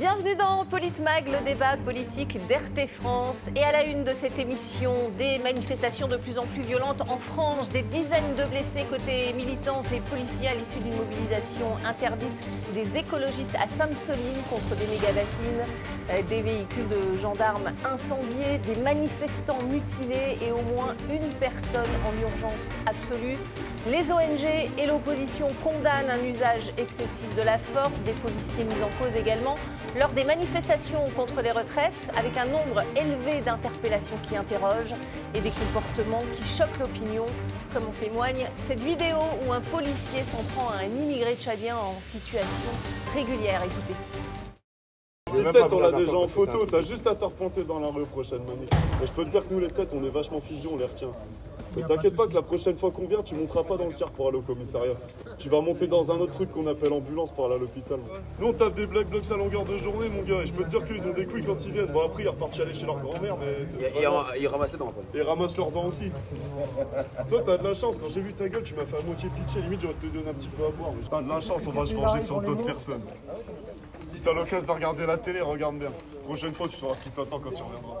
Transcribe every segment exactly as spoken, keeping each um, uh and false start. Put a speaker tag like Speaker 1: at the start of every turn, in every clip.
Speaker 1: Bienvenue dans Politmag, le débat politique d'R T France. Et à la une de cette émission, des manifestations de plus en plus violentes en France, des dizaines de blessés côté militants et policiers à l'issue d'une mobilisation interdite, des écologistes à Sainte-Soline contre des méga-bassines, des véhicules de gendarmes incendiés, des manifestants mutilés et au moins une personne en urgence absolue. Les O N G et l'opposition condamnent un usage excessif de la force, des policiers mis en cause également lors des manifestations contre les retraites, avec un nombre élevé d'interpellations qui interrogent et des comportements qui choquent l'opinion, comme en témoigne cette vidéo où un policier s'en prend à un immigré tchadien en situation régulière. Écoutez.
Speaker 2: Tes têtes, on l'a déjà en photo, t'as juste à te repointer dans la rue aux prochaines manifs. Mais je peux te dire que nous, les têtes, on est vachement figés, on les retient. Mais t'inquiète pas que la prochaine fois qu'on vient, tu monteras pas dans le car pour aller au commissariat. Tu vas monter dans un autre truc qu'on appelle ambulance pour aller à l'hôpital. Nous, on tape des black blocs à longueur de journée, mon gars, et je peux te dire qu'ils ont des couilles quand ils viennent. Bon, après, ils repartent chialer chez leur grand-mère, mais c'est
Speaker 3: Et ils ramassent les dents, quoi.
Speaker 2: Et ils ramassent leurs dents aussi. Toi, t'as de la chance. Quand j'ai vu ta gueule, tu m'as fait à moitié pitcher. Limite, j'aurais te donné un petit peu à boire. Mais t'as de la chance, on va se venger sur d'autres personnes. Si t'as l'occasion de regarder la télé, regarde bien. Prochaine fois, tu sauras ce qui t'attend quand tu reviendras.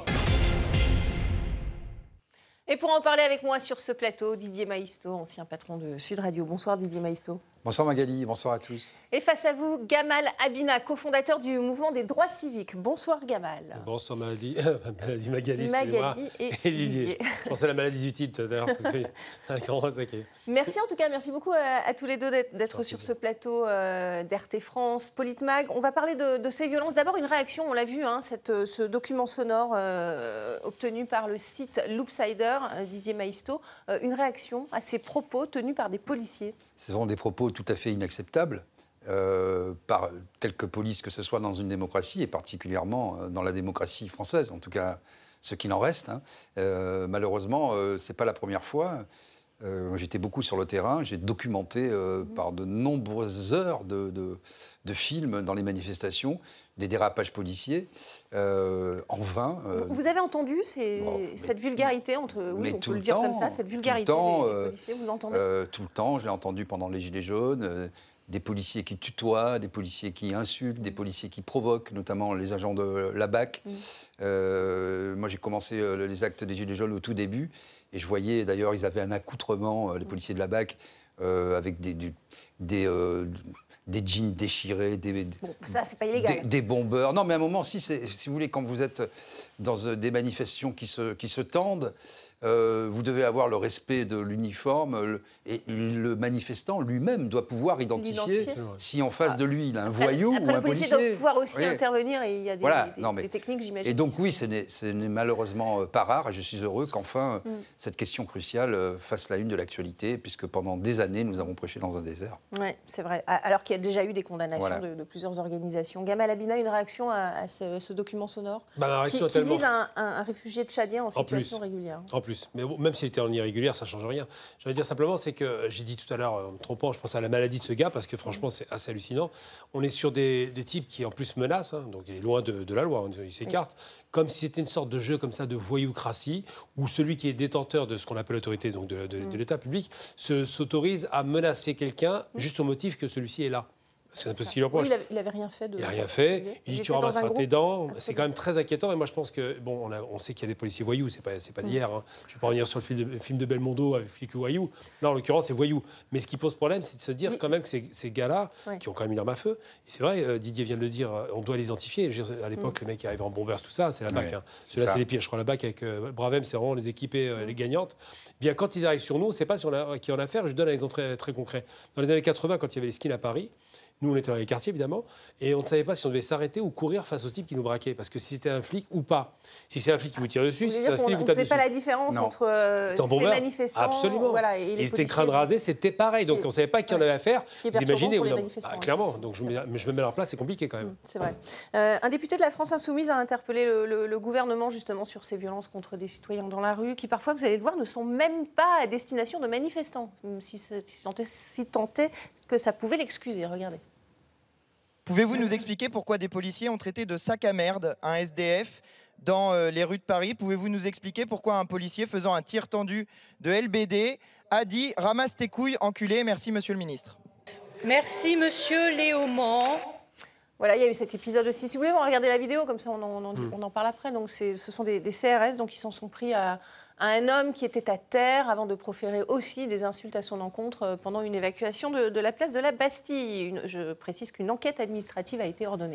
Speaker 1: Et pour en parler avec moi sur ce plateau, Didier Maïsto, ancien patron de Sud Radio. Bonsoir Didier Maïsto.
Speaker 4: Bonsoir Magali, bonsoir à tous.
Speaker 1: Et face à vous, Gamal Abina, cofondateur du mouvement des droits civiques. Bonsoir Gamal.
Speaker 5: Bonsoir Magali, Magali, Magali,
Speaker 1: Magali et,
Speaker 5: et
Speaker 1: Didier.
Speaker 5: Je pensais à la maladie du type tout à l'heure.
Speaker 1: Merci en tout cas, merci beaucoup à, à tous les deux d'être sur ce plateau euh, d'R T France, Politmag. On va parler de, de ces violences. D'abord une réaction, on l'a vu, hein, cette, ce document sonore euh, obtenu par le site Loopsider, euh, Didier Maïsto. Euh, une réaction à ces propos tenus par des policiers.
Speaker 4: Ce sont des propos tout à fait inacceptables euh, par quelque police que ce soit dans une démocratie, et particulièrement dans la démocratie française, en tout cas ce qu'il en reste. Hein. Euh, malheureusement, euh, ce n'est pas la première fois. Euh, j'étais beaucoup sur le terrain, j'ai documenté euh, par de nombreuses heures de, de, de films dans les manifestations, des dérapages policiers, euh, en vain.
Speaker 1: Euh, vous avez entendu ces,
Speaker 4: bon,
Speaker 1: cette vulgarité, entre, oui, on peut le, le dire
Speaker 4: temps,
Speaker 1: comme ça, cette vulgarité
Speaker 4: tout le temps,
Speaker 1: des, des policiers, vous l'entendez
Speaker 4: euh, Tout le temps, je l'ai entendu pendant les Gilets jaunes, euh, des policiers qui tutoient, des policiers qui insultent, des policiers qui provoquent, notamment les agents de la B A C. Mmh. Euh, moi, j'ai commencé euh, les actes des Gilets jaunes au tout début, et je voyais, d'ailleurs, ils avaient un accoutrement, euh, les policiers de la B A C, euh, avec des... du, des euh, des jeans déchirés, des,
Speaker 1: bon, ça, c'est pas illégal.
Speaker 4: Des, des bombeurs. Non, mais à un moment, si, si vous voulez, quand vous êtes dans des manifestations qui se, qui se tendent, euh, vous devez avoir le respect de l'uniforme, le, et le manifestant lui-même doit pouvoir identifier si en face ah. de lui, il a un
Speaker 1: après,
Speaker 4: voyou
Speaker 1: après,
Speaker 4: ou un policier. Le
Speaker 1: policier doit pouvoir aussi oui. intervenir, et il y a des,
Speaker 4: voilà.
Speaker 1: des,
Speaker 4: non, mais,
Speaker 1: des techniques, j'imagine.
Speaker 4: Et donc oui, ce n'est, ce n'est malheureusement pas rare, et je suis heureux qu'enfin, mm. cette question cruciale fasse la une de l'actualité, puisque pendant des années, nous avons prêché dans un désert.
Speaker 1: Oui, c'est vrai. Alors qu'il y a déjà eu des condamnations voilà. de, de plusieurs organisations. Gamal Abina, une réaction à, à ce, ce document sonore
Speaker 5: bah,
Speaker 1: qui, qui
Speaker 5: tellement...
Speaker 1: vise un, un, un réfugié tchadien en, en situation
Speaker 5: plus.
Speaker 1: régulière.
Speaker 5: En plus. Mais bon, même s'il était en irrégulière, ça ne change rien. Je vais dire simplement, c'est que j'ai dit tout à l'heure, en me trompant, je pense à la maladie de ce gars, parce que franchement, c'est assez hallucinant. On est sur des, des types qui, en plus, menacent, hein, donc il est loin de, de la loi, il s'écarte, oui. comme si c'était une sorte de jeu comme ça de voyoucratie, où celui qui est détenteur de ce qu'on appelle l'autorité, donc de, de, mm. de l'État public, se, s'autorise à menacer quelqu'un mm. juste au motif que celui-ci est là. C'est un peu ce qu'il reproche.
Speaker 1: Oui, il n'avait rien fait. De...
Speaker 5: Il n'a rien fait. Il dit tu ramasseras tes dents. C'est quand même très inquiétant. Et moi, je pense que, bon, on, a, on sait qu'il y a des policiers voyous. C'est pas, c'est pas d'hier. Hein. Je ne vais pas revenir sur le film de, film de Belmondo avec flic voyou. Non, en l'occurrence, c'est voyou. Mais ce qui pose problème, c'est de se dire oui. quand même que ces, ces gars-là, ouais. qui ont quand même une arme à feu, et c'est vrai, euh, Didier vient de le dire, on doit les identifier. Je veux dire, à l'époque, mm. les mecs qui arrivaient en bombers, tout ça, c'est la B A C. Ouais, hein. Ceux-là, c'est les pires. Je crois la B A C avec euh, Bravem, c'est vraiment les équipés, euh, mm. les gagnantes. Bien, quand ils arrivent sur nous, on ne sait pas si on a, qui en a affaire. Je donne un exemple très, très concret. Dans les années quatre-vingts, quand il y avait les skins à Paris, nous, on était dans les quartiers, évidemment, et on ne savait pas si on devait s'arrêter ou courir face aux types qui nous braquaient, parce que si c'était un flic ou pas. Si c'est un flic qui vous tire dessus, si c'est un flic qui vous tape dessus.
Speaker 1: On ne sait pas la différence non. entre euh, ces manifestants
Speaker 5: Absolument.
Speaker 1: Voilà, et les policiers.
Speaker 5: Ils étaient crâne rasé, c'était pareil, donc on ne savait pas qui ouais. en avait affaire.
Speaker 1: Ce qui est perturbant pour les manifestants.
Speaker 5: Ah, clairement, donc je, mais je me mets à leur place, c'est compliqué quand même.
Speaker 1: Mmh, c'est vrai. Euh, un député de la France Insoumise a interpellé le, le, le gouvernement justement sur ces violences contre des citoyens dans la rue, qui parfois, vous allez le voir, ne sont même pas à destination de manifestants, si, si, tant est, si tant est que ça pouvait l'excuser. Regardez.
Speaker 6: Pouvez-vous nous expliquer pourquoi des policiers ont traité de sac à merde un S D F dans euh, les rues de Paris? Pouvez-vous nous expliquer pourquoi un policier faisant un tir tendu de L B D a dit « Ramasse tes couilles, enculé ». Merci, monsieur le ministre.
Speaker 7: Merci, monsieur Léaumont.
Speaker 1: Voilà, il y a eu cet épisode aussi. Si vous voulez, on va regarder la vidéo, comme ça on en, on en, on en parle après. Donc, ce sont des, des C R S donc, qui s'en sont pris à, à un homme qui était à terre avant de proférer aussi des insultes à son encontre pendant une évacuation de, de la place de la Bastille. Une, je précise qu'une enquête administrative a été ordonnée.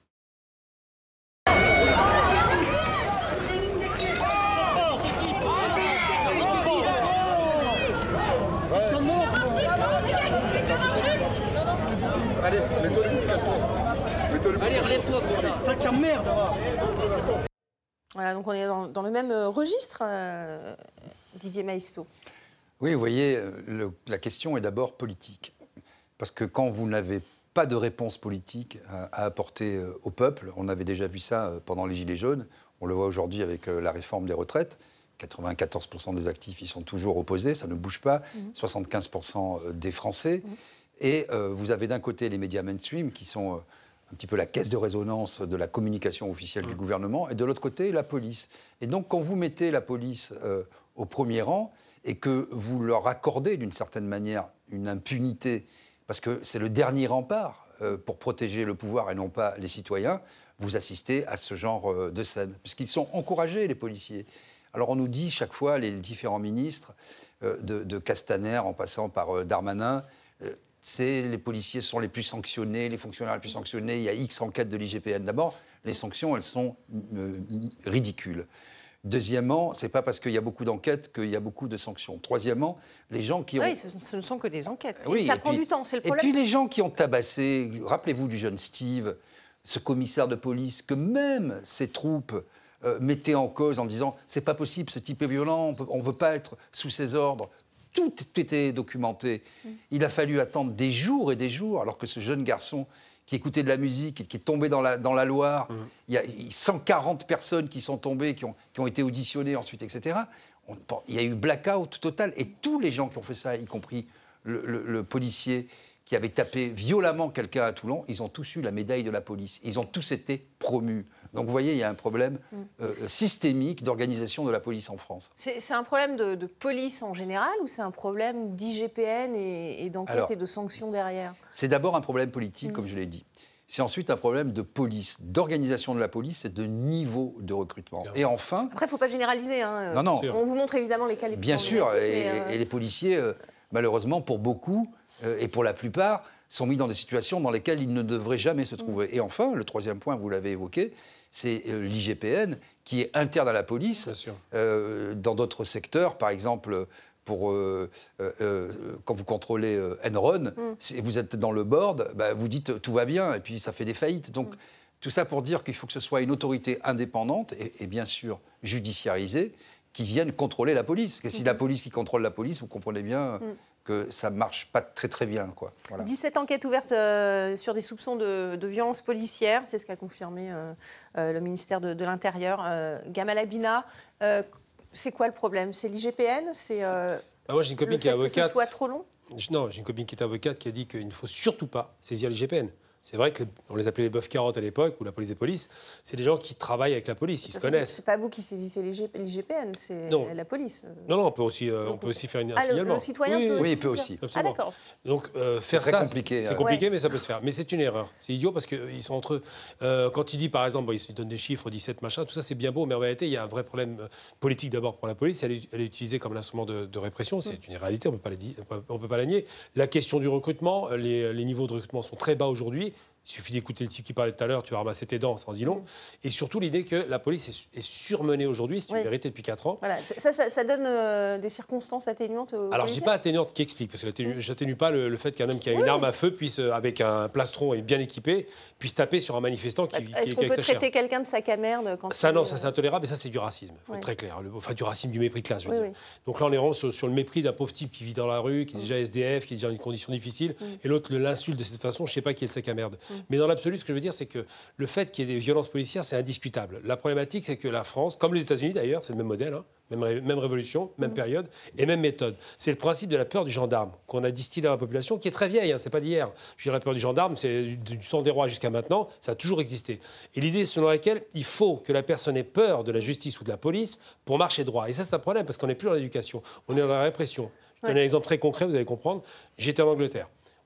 Speaker 3: Allez, mets-toi debout, casse-toi. Allez, relève-toi, sac à merde.
Speaker 1: Voilà, donc on est dans, dans le même registre, euh, Didier Maistre.
Speaker 4: Oui, vous voyez, le, la question est d'abord politique. Parce que quand vous n'avez pas de réponse politique à, à apporter au peuple, on avait déjà vu ça pendant les Gilets jaunes, on le voit aujourd'hui avec la réforme des retraites, quatre-vingt-quatorze pour cent des actifs y sont toujours opposés, ça ne bouge pas, mmh. soixante-quinze pour cent des Français. Mmh. Et euh, vous avez d'un côté les médias mainstream qui sont euh, un petit peu la caisse de résonance de la communication officielle mmh. du gouvernement, et de l'autre côté la police. Et donc quand vous mettez la police euh, au premier rang et que vous leur accordez d'une certaine manière une impunité, parce que c'est le dernier rempart euh, pour protéger le pouvoir et non pas les citoyens, vous assistez à ce genre euh, de scène, puisqu'ils sont encouragés, les policiers. Alors on nous dit chaque fois, les différents ministres, euh, de, de Castaner en passant par euh, Darmanin, euh, c'est les policiers sont les plus sanctionnés, les fonctionnaires les plus sanctionnés, il y a X enquêtes de l'I G P N. D'abord, les sanctions, elles sont euh, ridicules. Deuxièmement, ce n'est pas parce qu'il y a beaucoup d'enquêtes qu'il y a beaucoup de sanctions. Troisièmement, les gens qui ont...
Speaker 1: Oui, ce, ce ne sont que des enquêtes.
Speaker 4: Oui,
Speaker 1: et ça
Speaker 4: et
Speaker 1: prend
Speaker 4: puis,
Speaker 1: du temps, c'est le problème.
Speaker 4: Et puis les gens qui ont tabassé, rappelez-vous du jeune Steve, ce commissaire de police, que même ses troupes euh, mettaient en cause en disant « c'est pas possible, ce type est violent, on ne veut pas être sous ses ordres ». Tout était documenté. Mmh. Il a fallu attendre des jours et des jours, alors que ce jeune garçon qui écoutait de la musique et qui est tombé dans la, dans la Loire, mmh. il y a cent quarante personnes qui sont tombées, qui ont, qui ont été auditionnées ensuite, et cetera. On, il y a eu blackout total. Et tous les gens qui ont fait ça, y compris le, le, le policier qui avait tapé violemment quelqu'un à Toulon, ils ont tous eu la médaille de la police. Ils ont tous été promus. Donc vous voyez, il y a un problème euh, systémique d'organisation de la police en France.
Speaker 1: C'est, c'est un problème de, de police en général ou c'est un problème d'I G P N et, et d'enquête Alors, et de sanctions derrière ?
Speaker 4: C'est d'abord un problème politique, mmh. comme je l'ai dit. C'est ensuite un problème de police, d'organisation de la police et de niveau de recrutement. Bien. Et enfin...
Speaker 1: Après, il ne faut pas généraliser. Hein.
Speaker 4: Non, non.
Speaker 1: On vous montre évidemment les cas les plus
Speaker 4: Bien sûr, et,
Speaker 1: euh...
Speaker 4: et les policiers, euh, malheureusement, pour beaucoup, euh, et pour la plupart, sont mis dans des situations dans lesquelles ils ne devraient jamais se trouver. Mmh. Et enfin, le troisième point, vous l'avez évoqué, c'est euh, l'I G P N, qui est interne à la police. Euh, dans d'autres secteurs, par exemple... Pour, euh, euh, quand vous contrôlez euh, Enron, mm. si vous êtes dans le board, bah, vous dites tout va bien, et puis ça fait des faillites. Donc, mm. tout ça pour dire qu'il faut que ce soit une autorité indépendante et, et bien sûr judiciarisée qui vienne contrôler la police. Parce que si mm. la police qui contrôle la police, vous comprenez bien mm. que ça ne marche pas très très bien, quoi. Voilà.
Speaker 1: dix-sept enquêtes ouvertes euh, sur des soupçons de, de violence policière, c'est ce qu'a confirmé euh, euh, le ministère de, de l'Intérieur. Euh, Gamal Abina, euh, c'est quoi le problème ? C'est l'I G P N ? C'est euh,
Speaker 5: ah, moi, j'ai une copine
Speaker 1: le
Speaker 5: qui est
Speaker 1: fait
Speaker 5: avocate.
Speaker 1: que ce soit trop long ?
Speaker 5: Non, j'ai une copine qui est avocate qui a dit qu'il ne faut surtout pas saisir l'I G P N. C'est vrai qu'on les appelait les bœufs carottes à l'époque, ou la police des polices. C'est des gens qui travaillent avec la police, ils se connaissent.
Speaker 1: C'est pas vous qui saisissez l'I G P N, c'est non. la police.
Speaker 5: Non, non, on peut aussi, euh, on peut aussi faire une, un
Speaker 1: ah,
Speaker 5: signalement.
Speaker 1: Le, le citoyen
Speaker 5: oui,
Speaker 1: peut
Speaker 4: oui,
Speaker 1: aussi.
Speaker 4: Oui, il peut aussi.
Speaker 5: Absolument.
Speaker 1: Ah, d'accord.
Speaker 5: Donc, euh, faire
Speaker 4: c'est
Speaker 5: ça,
Speaker 4: compliqué,
Speaker 5: c'est
Speaker 4: euh...
Speaker 5: compliqué,
Speaker 1: ouais.
Speaker 5: mais ça peut se faire. Mais c'est une erreur. C'est idiot parce qu'ils sont entre eux. Euh, quand il dit, par exemple, bon, il donne des chiffres, dix-sept, machin, tout ça, c'est bien beau, mais en réalité, il y a un vrai problème politique d'abord pour la police. Elle est, elle est utilisée comme un instrument de, de répression. C'est mm. une réalité, on ne peut pas la nier. La question du recrutement, les, les niveaux de recrutement sont très bas aujourd'hui. Il suffit d'écouter le type qui parlait tout à l'heure, tu vas ramasser tes dents, ça en dit long. Mmh. Et surtout l'idée que la police est, est surmenée aujourd'hui, c'est une oui. vérité depuis quatre ans.
Speaker 1: Voilà. Ça, ça, ça donne euh, des circonstances atténuantes aux
Speaker 5: Alors,
Speaker 1: policiers ?
Speaker 5: je dis pas atténuantes qui expliquent, parce que mmh. j'atténue pas le, le fait qu'un homme qui a oui. une arme à feu puisse, avec un plastron et bien équipé, puisse taper sur un manifestant qui,
Speaker 1: bah, Est-ce
Speaker 5: qui, qui
Speaker 1: qu'on peut traiter quelqu'un de sac à merde quand
Speaker 5: Ça,
Speaker 1: il,
Speaker 5: non,
Speaker 1: euh...
Speaker 5: ça c'est intolérable, et ça c'est du racisme, il faut
Speaker 1: oui.
Speaker 5: être très clair. Le, enfin, du racisme, du mépris de classe, je veux
Speaker 1: oui,
Speaker 5: dire.
Speaker 1: Oui.
Speaker 5: Donc là, on est vraiment sur, sur le mépris d'un pauvre type qui vit dans la rue, qui est déjà S D F, qui est déjà dans une condition difficile, mmh. et l'autre l'insulte de cette façon, je sais pas qui est le sac à merde. Mmh. Mais dans l'absolu, ce que je veux dire, c'est que le fait qu'il y ait des violences policières, c'est indiscutable. La problématique, c'est que la France, comme les États-Unis d'ailleurs, c'est le même modèle, hein, même, ré, même révolution, même mmh. période et même méthode. C'est le principe de la peur du gendarme qu'on a distillé dans la population, qui est très vieille, hein, c'est pas d'hier. Je veux dire, la peur du gendarme, c'est du, du temps des rois jusqu'à maintenant, ça a toujours existé. Et l'idée selon laquelle il faut que la personne ait peur de la justice ou de la police pour marcher droit. Et ça, c'est un problème parce qu'on n'est plus dans l'éducation, on est dans la répression. Je vais donner un exemple très concret, vous allez comprendre. J'étais en Angleterre.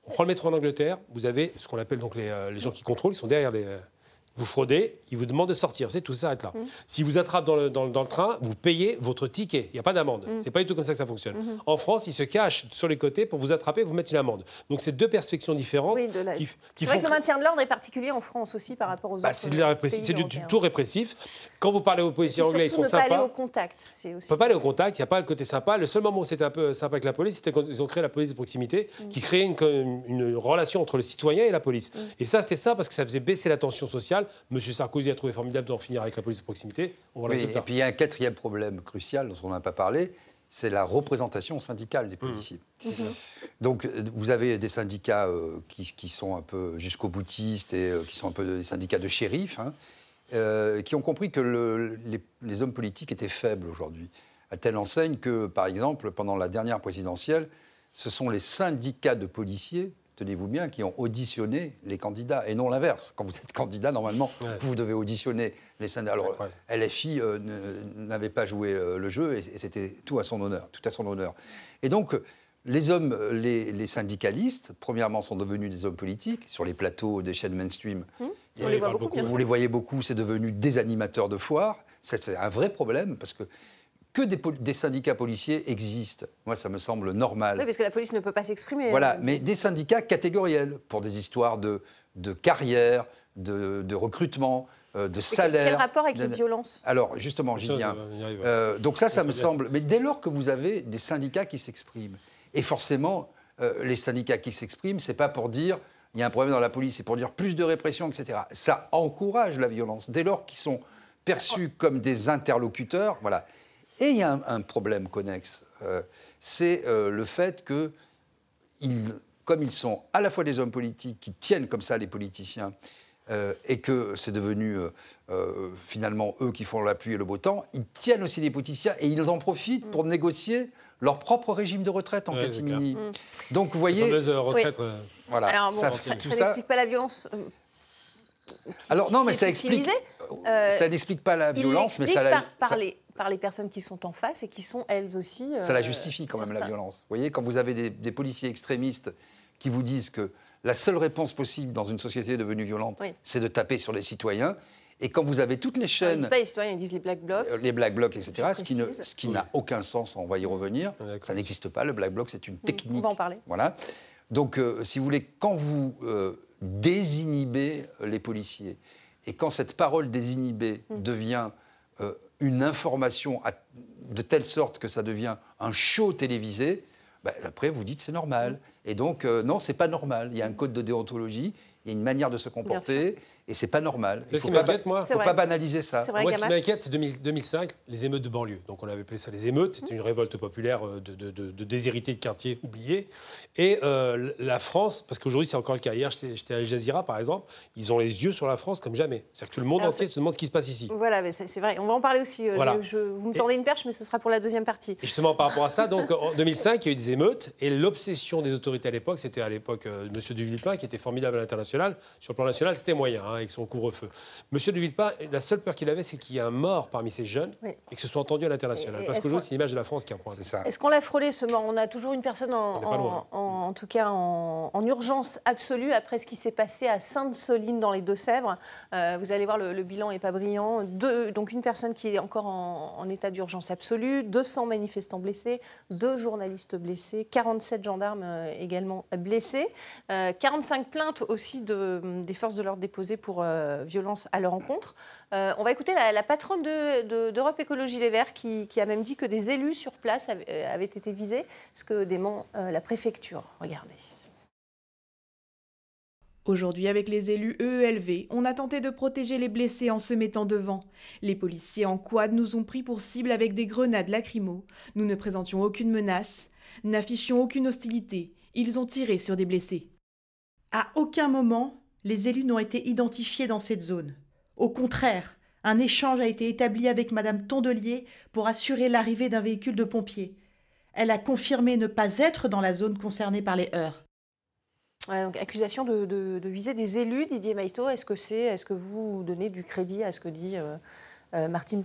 Speaker 5: On prend le métro en Angleterre, vous avez ce qu'on appelle donc les, euh, les gens qui contrôlent, ils sont derrière les... Euh, vous fraudez, ils vous demandent de sortir, c'est tout, ça s'arrête là. Mmh. S'ils vous attrapent dans le, dans, dans le train, vous payez votre ticket, il n'y a pas d'amende. Mmh. C'est pas du tout comme ça que ça fonctionne. Mmh. En France, ils se cachent sur les côtés pour vous attraper et vous mettre une amende. Donc c'est deux perspectives différentes.
Speaker 1: Oui, de la...
Speaker 5: qui, qui
Speaker 1: c'est vrai
Speaker 5: font...
Speaker 1: que le maintien de l'ordre est particulier en France aussi par rapport aux bah, autres
Speaker 5: c'est de la répressi... C'est du, du tout répressif. Quand vous parlez aux policiers anglais, ils sont
Speaker 1: ne
Speaker 5: sympas.
Speaker 1: Pas aller au contact, c'est aussi...
Speaker 5: On ne peut pas aller au contact, il n'y a pas le côté sympa. Le seul moment où c'était un peu sympa avec la police, c'était quand ils ont créé la police de proximité, mmh. qui créait une, une, une relation entre le citoyen et la police. Mmh. Et ça, c'était ça parce que ça faisait baisser la tension sociale. Monsieur Sarkozy a trouvé formidable d'en finir avec la police de proximité. On
Speaker 4: oui, et puis il y a un quatrième problème crucial dont on n'a pas parlé, c'est la représentation syndicale des policiers. Mmh. Mmh. Donc vous avez des syndicats euh, qui, qui sont un peu jusqu'au boutiste et euh, qui sont un peu des syndicats de shérifs, hein, euh, qui ont compris que le, les, les hommes politiques étaient faibles aujourd'hui, à telle enseigne que, par exemple, pendant la dernière présidentielle, ce sont les syndicats de policiers, tenez-vous bien, qui ont auditionné les candidats, et non l'inverse. Quand vous êtes candidat, normalement, ouais. vous devez auditionner les syndicats. Alors, ouais. L F I euh, n'avait pas joué euh, le jeu, et, et c'était tout à son honneur, tout à son honneur. Et donc, les hommes, les, les syndicalistes, premièrement, sont devenus des hommes politiques, sur les plateaux des chaînes mainstream.
Speaker 1: Mmh. On les voit beaucoup,
Speaker 5: beaucoup.
Speaker 1: Bien
Speaker 4: Vous sûr. les voyez beaucoup, c'est devenu des animateurs de foires. C'est, c'est un vrai problème, parce que que des, des syndicats policiers existent. Moi, ça me semble normal.
Speaker 1: Oui, parce que la police ne peut pas s'exprimer.
Speaker 4: Voilà,
Speaker 1: hein.
Speaker 4: mais des syndicats catégoriels, pour des histoires de, de carrière, de, de recrutement, euh, de salaire.
Speaker 1: Quel rapport avec
Speaker 4: de...
Speaker 1: les violences ?
Speaker 4: Alors, justement, j'y viens. Euh, donc ça, ça me semble... Mais dès lors que vous avez des syndicats qui s'expriment, et forcément, euh, les syndicats qui s'expriment, c'est pas pour dire... Il y a un problème dans la police, c'est pour dire plus de répression, et cetera. Ça encourage la violence. Dès lors qu'ils sont perçus comme des interlocuteurs, voilà. Et il y a un, un problème connexe, euh, c'est euh, le fait que, ils, comme ils sont à la fois des hommes politiques qui tiennent comme ça les politiciens, euh, et que c'est devenu euh, euh, finalement eux qui font la pluie et le beau temps, ils tiennent aussi les politiciens et ils en profitent mmh. pour négocier leur propre régime de retraite en ouais, catimini. Mmh. Donc vous voyez...
Speaker 5: Les retraites,
Speaker 1: oui.
Speaker 5: euh...
Speaker 1: voilà, alors, bon, ça, ça, ça, ça n'explique pas la violence... Euh...
Speaker 4: Alors non, mais ça explique. Euh, ça n'explique pas la violence, mais ça la.
Speaker 1: Par, par,
Speaker 4: ça,
Speaker 1: les, par les personnes qui sont en face et qui sont elles aussi. Euh,
Speaker 4: ça la justifie quand certains. même la violence. Vous voyez, quand vous avez des, des policiers extrémistes qui vous disent que la seule réponse possible dans une société devenue violente, oui. c'est de taper sur les citoyens. Et quand vous avez toutes les chaînes. Ils
Speaker 1: disent pas les citoyens, ils disent les black blocs.
Speaker 4: Les black blocs, et cetera. Ce qui, ne, ce qui oui. n'a aucun sens, on va y revenir. Oui, ça n'existe pas. Le black bloc, c'est une technique.
Speaker 1: On va en parler.
Speaker 4: Voilà. Donc, euh, si vous voulez, quand vous euh, désinhibez les policiers, et quand cette parole désinhibée mmh. devient euh, une information à, de telle sorte que ça devient un show télévisé, bah, après vous dites c'est normal. Mmh. Et donc, euh, non, c'est pas normal. Il y a un code de déontologie, il y a une manière de se comporter, et c'est pas normal. Il ne faut, pas, ba- faut pas banaliser ça.
Speaker 1: Vrai,
Speaker 5: moi, ce qui m'inquiète, c'est deux mille cinq, les émeutes de banlieue. Donc on avait appelé ça les émeutes, c'était mmh. une révolte populaire de, de, de, de déshérités de quartiers oubliés. Et euh, la France, parce qu'aujourd'hui c'est encore le cas, hier j'étais, j'étais à Al Jazeera par exemple, ils ont les yeux sur la France comme jamais. C'est-à-dire que tout le monde Alors, entier se demande ce qui se passe ici.
Speaker 1: Voilà, mais c'est, c'est vrai, on va en parler aussi. Voilà. Je, je, vous me tendez et, une perche, mais ce sera pour la deuxième partie.
Speaker 5: Et justement par rapport à ça, donc en deux mille cinq, il y a eu des émeutes, et l'obsession des autorités à l'époque, c'était à l'époque euh, M. de Villepin, qui était formidable à l'international. Sur le plan national, c'était moyen, hein, avec son couvre-feu. Monsieur de Villepin, la seule peur qu'il avait, c'est qu'il y ait un mort parmi ces jeunes oui. et que ce soit entendu à l'international. Et, Parce qu'aujourd'hui, c'est l'image de la France qui reprend.
Speaker 4: C'est ça.
Speaker 1: Est-ce qu'on l'a frôlé, ce mort ? On a toujours une personne, en, en, en, en tout cas en, en urgence absolue, après ce qui s'est passé à Sainte-Soline, dans les Deux-Sèvres. Euh, vous allez voir, le, le bilan n'est pas brillant. Deux, donc une personne qui est encore en, en état d'urgence absolue, deux cents manifestants blessés, deux journalistes blessés, quarante-sept gendarmes euh, également blessés, euh, quarante-cinq plaintes aussi de, des forces de l'ordre déposées pour euh, violence à leur encontre. Euh, on va écouter la, la patronne de, de, d'Europe Écologie Les Verts qui, qui a même dit que des élus sur place avaient, avaient été visés, ce que dément euh, la préfecture. Regardez.
Speaker 7: Aujourd'hui, avec les élus E E L V, on a tenté de protéger les blessés en se mettant devant. Les policiers en quad nous ont pris pour cible avec des grenades lacrymo. Nous ne présentions aucune menace, n'affichions aucune hostilité. Ils ont tiré sur des blessés.
Speaker 8: À aucun moment, les élus n'ont été identifiés dans cette zone. Au contraire, un échange a été établi avec Madame Tondelier pour assurer l'arrivée d'un véhicule de pompiers. Elle a confirmé ne pas être dans la zone concernée par les heurts.
Speaker 1: Ouais, donc, accusation de, de, de viser des élus, Didier Maistre. Est-ce que, c'est, est-ce que vous donnez du crédit à ce que dit euh, euh, Martine Tondelier ?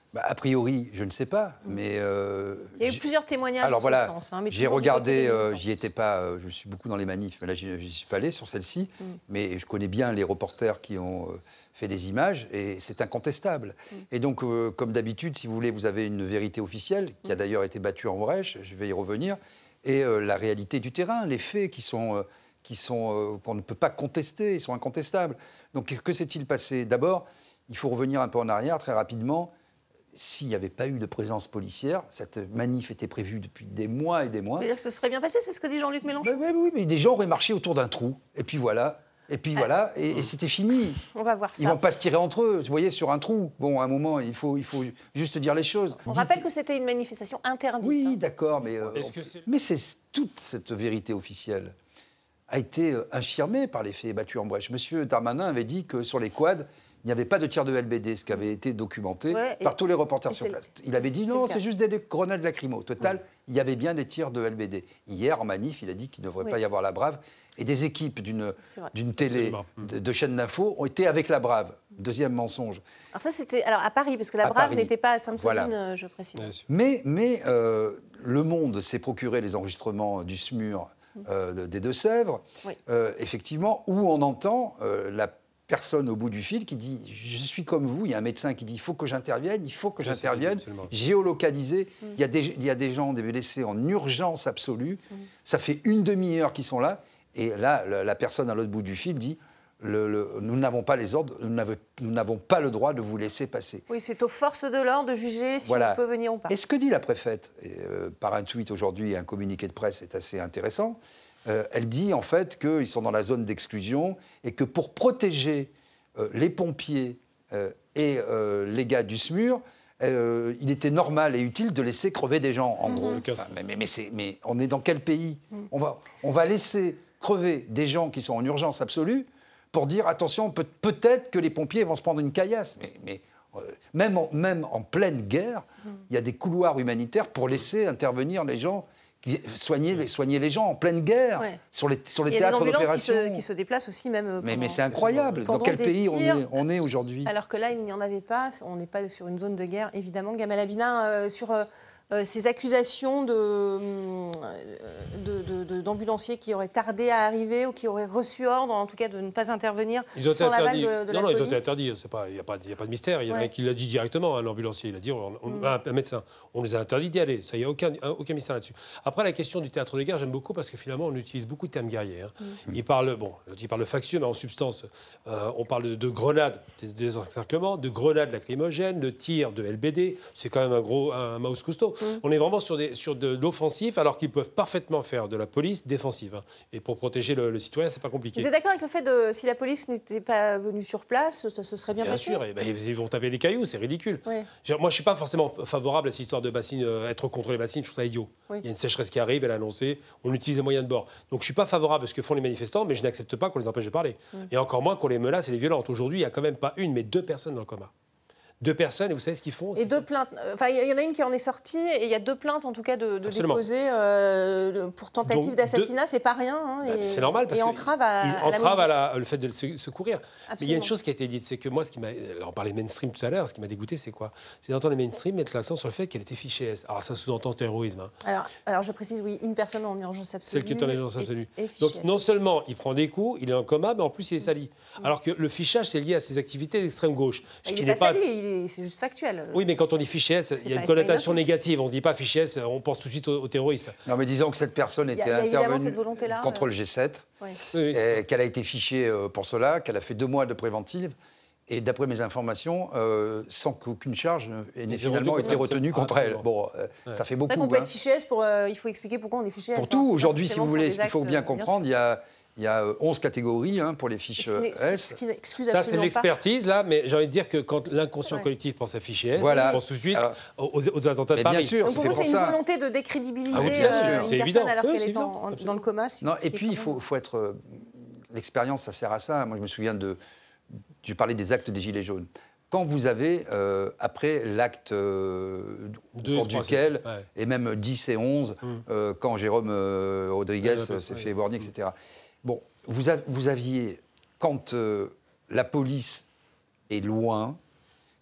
Speaker 4: Bah, a priori, je ne sais pas, mais... Euh,
Speaker 1: il y a eu plusieurs témoignages
Speaker 4: alors,
Speaker 1: dans
Speaker 4: voilà,
Speaker 1: ce sens. Hein,
Speaker 4: j'ai regardé, euh, j'y étais pas, euh, je suis beaucoup dans les manifs, mais là, j'y suis pas allé sur celle-ci, mm. mais je connais bien les reporters qui ont euh, fait des images, et c'est incontestable. Mm. Et donc, euh, comme d'habitude, si vous voulez, vous avez une vérité officielle, qui a d'ailleurs été battue en brèche, je vais y revenir, et euh, la réalité du terrain, les faits qui sont... Euh, qui sont, euh, qu'on ne peut pas contester, ils sont incontestables. Donc, que s'est-il passé? D'abord, il faut revenir un peu en arrière, très rapidement. S'il n'y avait pas eu de présence policière, cette manif était prévue depuis des mois et des mois.
Speaker 1: C'est-à-dire que ce serait bien passé, c'est ce que dit Jean-Luc Mélenchon?
Speaker 4: Oui, oui, mais des gens auraient marché autour d'un trou, et puis voilà, et puis ah. voilà, et, et c'était fini.
Speaker 1: On va voir ça.
Speaker 4: Ils ne vont pas se tirer entre eux, vous voyez, sur un trou. Bon, à un moment, il faut, il faut juste dire les choses.
Speaker 1: On
Speaker 4: Dites...
Speaker 1: rappelle que c'était une manifestation interdite.
Speaker 4: Oui,
Speaker 1: hein.
Speaker 4: d'accord, mais, euh, on... c'est... mais c'est toute cette vérité officielle a été infirmée par les faits battus en brèche. Monsieur Darmanin avait dit que sur les quads, il n'y avait pas de tir de L B D, ce qui avait été documenté ouais, par tous les reporters sur place. Il avait dit non, c'est juste des grenades lacrymo. Au total, ouais. il y avait bien des tirs de L B D. Hier, en manif, il a dit qu'il ne devrait oui. pas y avoir la Brave. Et des équipes d'une, d'une télé, de, de chaînes d'infos ont été avec la Brave. Deuxième mensonge.
Speaker 1: Alors ça, c'était alors à Paris, parce que la à Brave Paris. n'était pas à Sainte-Soline, voilà. je précise.
Speaker 4: Mais, mais euh, Le Monde s'est procuré les enregistrements du S M U R euh, des Deux-Sèvres, oui. euh, effectivement, où on entend euh, la personne au bout du fil qui dit « Je suis comme vous », il y a un médecin qui dit « Il faut que j'intervienne, il faut que j'intervienne », géolocalisé, mm. il, y a des, il y a des gens, des blessés en urgence absolue, mm. ça fait une demi-heure qu'ils sont là, et là, la, la personne à l'autre bout du fil dit le, le, « Nous n'avons pas les ordres, nous n'avons pas le droit de vous laisser passer ».
Speaker 1: Oui, c'est aux forces de l'ordre de juger si voilà. on peut venir ou pas.
Speaker 4: Et ce que dit la préfète, et, euh, par un tweet aujourd'hui, un communiqué de presse, est assez intéressant. Euh, elle dit en fait qu'ils sont dans la zone d'exclusion et que pour protéger euh, les pompiers euh, et euh, les gars du S M U R, euh, il était normal et utile de laisser crever des gens, en mmh. gros. Enfin, mais, mais, mais, c'est, mais on est dans quel pays? mmh. on, va, on va laisser crever des gens qui sont en urgence absolue pour dire attention, peut, peut-être que les pompiers vont se prendre une caillasse. Mais, mais euh, même, en, même en pleine guerre, il mmh. y a des couloirs humanitaires pour laisser intervenir les gens. Soigner les, soigner les gens en pleine guerre, ouais. sur les, sur les théâtres d'opération.
Speaker 1: Il y a des ambulances qui se, qui se déplacent aussi même pendant,
Speaker 4: Mais, mais c'est incroyable. Dans quel pays on est, on est aujourd'hui? Alors
Speaker 1: que là, il n'y en avait pas. On n'est pas sur une zone de guerre, évidemment. Gamal Abidin, euh, sur euh, ces accusations de, de, de, de, d'ambulanciers qui auraient tardé à arriver ou qui auraient reçu ordre, en tout cas, de ne pas intervenir sans l'aval de, de
Speaker 5: non,
Speaker 1: la
Speaker 5: non,
Speaker 1: police.
Speaker 5: Non, ils ont été interdits. Il n'y a, a pas de mystère. Il y en a ouais. qui l'a dit directement, hein, l'ambulancier. Il a dit, on, on, mm. un, un médecin, on nous a interdit d'y aller. Ça, il n'y a aucun, aucun mystère là-dessus. Après, la question du théâtre de guerre, j'aime beaucoup parce que finalement, on utilise beaucoup de termes guerriers. Hein. Mm. Il parle, bon, il parle factieux, mais en substance, euh, on parle de, de grenades, des encerclements, de grenades lacrymogènes, de tirs de L B D. C'est quand même un gros un mouse cousteau. Mm. On est vraiment sur Des, sur de l'offensif, alors qu'ils peuvent parfaitement faire de la police défensive. Hein. Et pour protéger le, le citoyen, c'est pas compliqué.
Speaker 1: Vous êtes d'accord avec le fait de, si la police n'était pas venue sur place, ça se serait bien, bien passé?
Speaker 5: Bien sûr, et ben, ils vont taper des cailloux, c'est ridicule. Oui. Genre, moi, je suis pas forcément favorable à cette histoire de bassines, euh, être contre les bassines, je trouve ça idiot. Oui. Il y a une sécheresse qui arrive, elle a annoncé, on utilise les moyens de bord. Donc je suis pas favorable à ce que font les manifestants, mais je n'accepte pas qu'on les empêche de parler. Oui. Et encore moins qu'on les menace et les violente. Aujourd'hui, il y a quand même pas une, mais deux personnes dans le coma. Deux personnes, et vous savez ce qu'ils font?
Speaker 1: Et deux plaintes. Enfin, il y en a une qui en est sortie, et il y a deux plaintes, en tout cas, de, de déposées euh, pour tentative Donc, d'assassinat. Deux... C'est pas rien. Hein,
Speaker 5: bah, et, c'est normal, parce
Speaker 1: et entrave à,
Speaker 5: il,
Speaker 1: à,
Speaker 5: entrave
Speaker 1: la...
Speaker 5: à la, le fait de le secourir. Absolument. Mais il y a une chose qui a été dite, c'est que moi, ce qui m'a... Alors, on parlait mainstream tout à l'heure, ce qui m'a dégoûté, c'est quoi? C'est d'entendre les mainstream mettre l'accent sur le fait qu'elle était fichée S. Alors, ça sous-entend terrorisme. Hein.
Speaker 1: Alors, alors, je précise, oui, une personne en urgence absolue.
Speaker 5: Celle qui est en urgence absolue.
Speaker 1: Et, et
Speaker 5: Donc, non seulement il prend des coups, il est en coma, mais en plus, il est sali. Mmh. Alors que le fichage, c'est lié à ses activités d'extrême gauche.
Speaker 1: Il n'est pas sali, c'est juste factuel.
Speaker 5: Oui, mais quand on dit fichier S, il y a une connotation négative. On ne se dit pas fichier S, on pense tout de suite aux, aux terroristes.
Speaker 4: Non, mais disons que cette personne était intervenue contre le G sept, oui. Oui, et qu'elle a été fichée pour cela, qu'elle a fait deux mois de préventive. Et d'après mes informations, euh, sans qu'aucune charge n'ait finalement été retenue contre elle. Bon, euh, ouais. ça fait beaucoup.
Speaker 1: On peut
Speaker 4: hein.
Speaker 1: être fiché S pour. Euh, il faut expliquer pourquoi on est fiché S.
Speaker 4: Pour tout, aujourd'hui, si vous voulez, ce qu'il faut bien comprendre, il y a. Il y a onze catégories hein, pour les fiches
Speaker 1: ce qui
Speaker 4: S.
Speaker 1: Ce qui n'excuse
Speaker 5: ça, c'est de
Speaker 1: l'expertise,
Speaker 5: l'expertise, là, mais j'ai envie de dire que quand l'inconscient ouais. collectif pense à fichier S,
Speaker 4: voilà.
Speaker 5: il pense tout de suite
Speaker 4: Alors,
Speaker 5: aux, aux attentats de
Speaker 4: Paris.
Speaker 5: Bien
Speaker 4: sûr,
Speaker 1: Donc pour vous, c'est une
Speaker 4: ça.
Speaker 1: volonté de décrédibiliser
Speaker 5: ah oui,
Speaker 1: euh, une
Speaker 5: c'est
Speaker 1: personne
Speaker 5: évident.
Speaker 1: alors
Speaker 5: oui,
Speaker 1: qu'elle est, est en, dans le coma.
Speaker 4: Non, et puis, il faut, faut être... Euh, l'expérience, ça sert à ça. Moi, je me souviens de... Je parlais des actes des Gilets jaunes. Quand vous avez, euh, après l'acte euh, Deux, duquel, ouais. et même dix et onze, hum. euh, quand Jérôme euh, Rodriguez ouais, s'est ouais. fait éborgner, et cetera. Bon, vous, a, vous aviez, quand euh, la police est loin,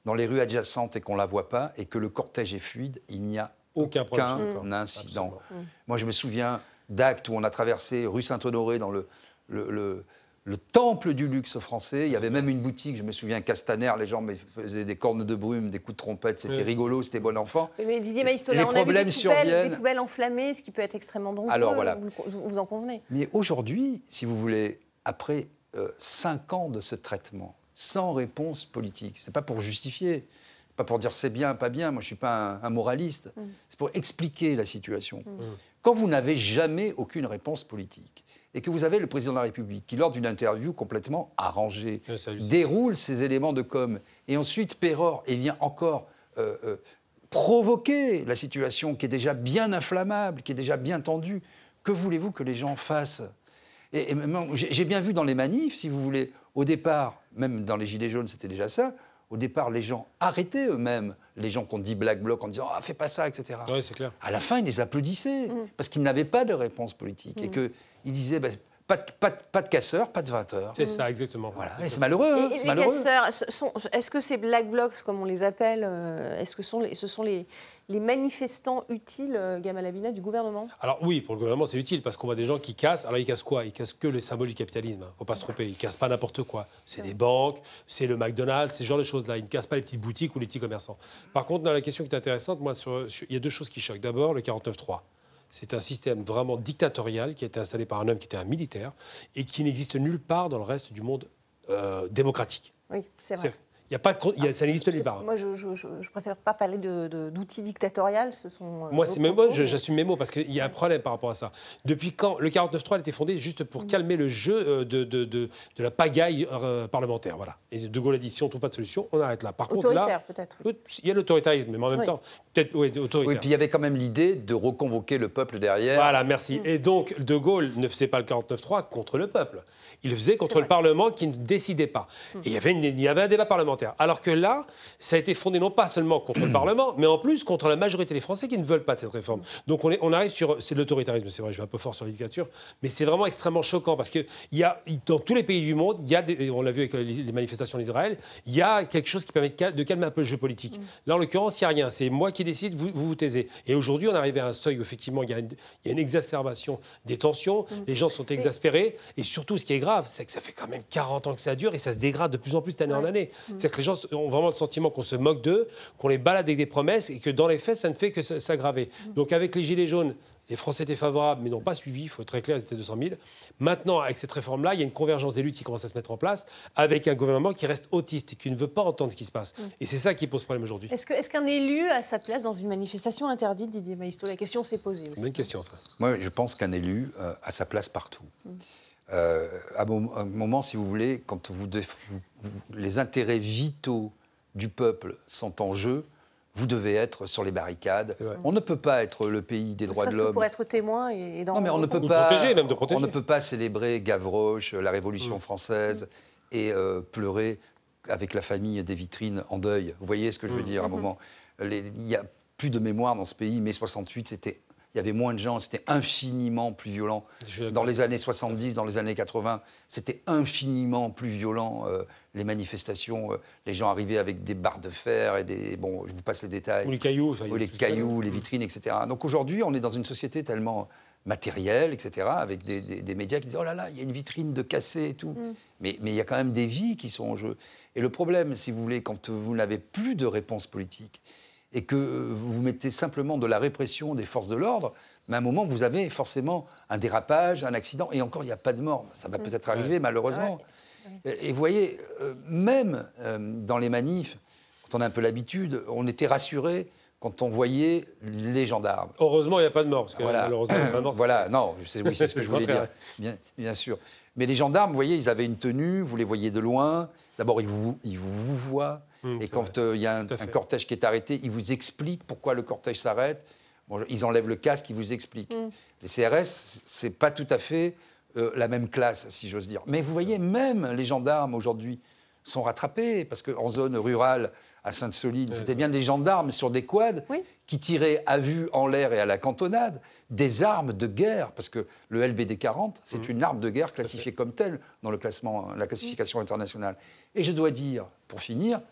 Speaker 4: dans les rues adjacentes et qu'on ne la voit pas, et que le cortège est fluide, il n'y a aucun, aucun incident. Mmh. Moi, je me souviens d'actes où on a traversé rue Saint-Honoré dans le, le, le, le temple du luxe français. Il y avait même une boutique, je me souviens, Castaner, les gens faisaient des cornes de brume, des coups de trompette, c'était oui. rigolo, c'était bon enfant.
Speaker 1: Mais Didier Maistre, on
Speaker 4: problèmes
Speaker 1: a vu des
Speaker 4: surviennent.
Speaker 1: poubelles, des poubelles enflammées, ce qui peut être extrêmement dangereux.
Speaker 4: Alors, voilà.
Speaker 1: vous, vous en convenez.
Speaker 4: Mais aujourd'hui, si vous voulez, après euh, cinq ans de ce traitement, sans réponse politique, c'est pas pour justifier, pas pour dire c'est bien, pas bien, moi je suis pas un, un moraliste, mm. c'est pour expliquer la situation. Mm. Quand vous n'avez jamais aucune réponse politique, et que vous avez le président de la République qui, lors d'une interview complètement arrangée, oui, déroule ses éléments de com, et ensuite pérore et vient encore euh, euh, provoquer la situation qui est déjà bien inflammable, qui est déjà bien tendue, que voulez-vous que les gens fassent ? Et, et même, j'ai bien vu dans les manifs, si vous voulez, au départ, même dans les Gilets jaunes, c'était déjà ça, au départ, les gens arrêtaient eux-mêmes les gens qu'on dit Black Bloc en disant « Ah, fais pas ça », et cetera.
Speaker 5: Oui, c'est clair.
Speaker 4: À la fin, ils les applaudissaient, mmh. parce qu'ils n'avaient pas de réponse politique, mmh. et qu'ils disaient bah, « pas, de, pas, de, pas de casseurs, pas de vingt heures ».
Speaker 5: C'est mmh. ça, exactement.
Speaker 4: Voilà. Et c'est malheureux.
Speaker 1: Et, et
Speaker 4: c'est
Speaker 1: les
Speaker 4: malheureux.
Speaker 1: casseurs, sont, est-ce que ces Black Blocs, comme on les appelle, euh, est-ce que sont les, ce sont les, les manifestants utiles, euh, Gamal Abina, du gouvernement ?
Speaker 5: Alors oui, pour le gouvernement, c'est utile, parce qu'on voit des gens qui cassent. Alors ils cassent quoi ? Ils cassent que les symboles du capitalisme. Il ne faut pas se tromper. Ils ne cassent pas n'importe quoi. C'est des banques, c'est le McDonald's, c'est ce genre de choses-là. Ils ne cassent pas les petites boutiques ou les petits commerçants. Par contre, dans la question qui est intéressante, moi, sur, sur, il y a deux choses qui choquent. D'abord, le quarante-neuf trois. C'est un système vraiment dictatorial qui a été installé par un homme qui était un militaire et qui n'existe nulle part dans le reste du monde euh, démocratique.
Speaker 1: Oui, c'est vrai. C'est,
Speaker 5: y a pas de, y a, ça n'existe nulle part.
Speaker 1: Moi, je ne préfère pas parler de, de, d'outils dictatoriaux. Ce sont, euh,
Speaker 5: moi, c'est mes mots, je, j'assume mes mots parce qu'il y a un problème par rapport à ça. Depuis quand le quarante-neuf trois a été fondé juste pour mmh. calmer le jeu de, de, de, de la pagaille euh, parlementaire. Voilà. Et De Gaulle a dit si on ne trouve pas de solution, on arrête là. Par
Speaker 1: autoritaire,
Speaker 5: contre, là,
Speaker 1: peut-être.
Speaker 5: Il y a l'autoritarisme, mais en même oui. temps, peut-être oui, autoritaire.
Speaker 4: Oui, puis il y avait quand même l'idée de reconvoquer le peuple derrière.
Speaker 5: Voilà, merci. Mmh. Et donc, De Gaulle ne faisait pas le quarante-neuf trois contre le peuple. Il le faisait contre le Parlement qui ne décidait pas. Mmh. Et il y avait une, il y avait un débat parlementaire. Alors que là, ça a été fondé non pas seulement contre le Parlement, mais en plus contre la majorité des Français qui ne veulent pas de cette réforme. Donc on, est, on arrive sur... C'est de l'autoritarisme, c'est vrai, je vais un peu fort sur la dictature, mais c'est vraiment extrêmement choquant parce que il y a, dans tous les pays du monde, il y a des, on l'a vu avec les manifestations d'Israël, il y a quelque chose qui permet de calmer un peu le jeu politique. Mmh. Là, en l'occurrence, il n'y a rien. C'est moi qui décide, vous vous, vous taisez. Et aujourd'hui, on est arrivé à un seuil où effectivement, il y a une, il y a une exacerbation des tensions, mmh. les gens sont exaspérés, et surtout, ce qui est grave, c'est que ça fait quand même quarante ans que ça dure et ça se dégrade de plus en plus d'année ouais. en année. Mmh. C'est que les gens ont vraiment le sentiment qu'on se moque d'eux, qu'on les balade avec des promesses et que dans les faits, ça ne fait que s'aggraver. Mmh. Donc avec les Gilets jaunes, les Français étaient favorables, mais n'ont pas suivi, il faut être très clair, ils étaient deux cent mille. Maintenant, avec cette réforme-là, il y a une convergence des luttes qui commence à se mettre en place, avec un gouvernement qui reste autiste et qui ne veut pas entendre ce qui se passe. Mmh. Et c'est ça qui pose problème aujourd'hui.
Speaker 1: Est-ce, que, est-ce qu'un élu a sa place dans une manifestation interdite, Didier Maistre ? La question s'est posée aussi.
Speaker 5: Bonne question, ça.
Speaker 4: Moi, je pense qu'un élu euh, a sa place partout. Mmh. Euh, à un moment, si vous voulez, quand vous, vous, vous, les intérêts vitaux du peuple sont en jeu, vous devez être sur les barricades. On ne peut pas être le pays des droits de l'homme.
Speaker 1: Pour être témoin et dans...
Speaker 4: Non, mais on ne peut
Speaker 5: ou
Speaker 4: pas.
Speaker 5: Protéger, même de protéger.
Speaker 4: On ne peut pas célébrer Gavroche, la Révolution mmh. française, mmh. et euh, pleurer avec la famille des vitrines en deuil. Vous voyez ce que je veux mmh. dire à un moment. Les, il y a plus de mémoire dans ce pays. mai soixante-huit, c'était. Il y avait moins de gens, c'était infiniment plus violent. Dans les années soixante-dix, dans les années quatre-vingts, c'était infiniment plus violent, euh, les manifestations. Euh, les gens arrivaient avec des barres de fer et des... Bon, je vous passe les détails.
Speaker 5: Ou les cailloux.
Speaker 4: Ou les cailloux, les vitrines, et cetera. Donc aujourd'hui, on est dans une société tellement matérielle, et cetera, avec des, des, des médias qui disent « Oh là là, il y a une vitrine de cassée et tout mm. ». Mais il y a quand même des vies qui sont en jeu. Et le problème, si vous voulez, quand vous n'avez plus de réponse politique, et que vous vous mettez simplement de la répression des forces de l'ordre, mais à un moment, vous avez forcément un dérapage, un accident, et encore, il n'y a pas de mort. Ça va peut-être arriver, ouais. malheureusement. Ouais. Et, et vous voyez, euh, même euh, dans les manifs, quand on a un peu l'habitude, on était rassurés quand on voyait les gendarmes.
Speaker 5: Heureusement, il n'y a pas de mort, parce que voilà. malheureusement, il n'y a pas de mort.
Speaker 4: Voilà, non, c'est, oui, c'est ce que je voulais dire, bien, bien sûr. Mais les gendarmes, vous voyez, ils avaient une tenue, vous les voyez de loin. D'abord, ils vous, ils vous, vous voient. Mmh, et quand il euh, y a un, un cortège qui est arrêté, ils vous expliquent pourquoi le cortège s'arrête. Bon, ils enlèvent le casque, ils vous expliquent. Mmh. Les C R S, c'est pas tout à fait euh, la même classe, si j'ose dire. Mais vous voyez, même les gendarmes, aujourd'hui, sont rattrapés. Parce qu'en zone rurale, à Sainte-Soline, c'était bien des gendarmes sur des quads oui. qui tiraient à vue en l'air et à la cantonade des armes de guerre. Parce que le L B D quarante, c'est mmh. une arme de guerre classifiée comme telle dans le classement, la classification mmh. internationale. Et je dois dire, pour finir,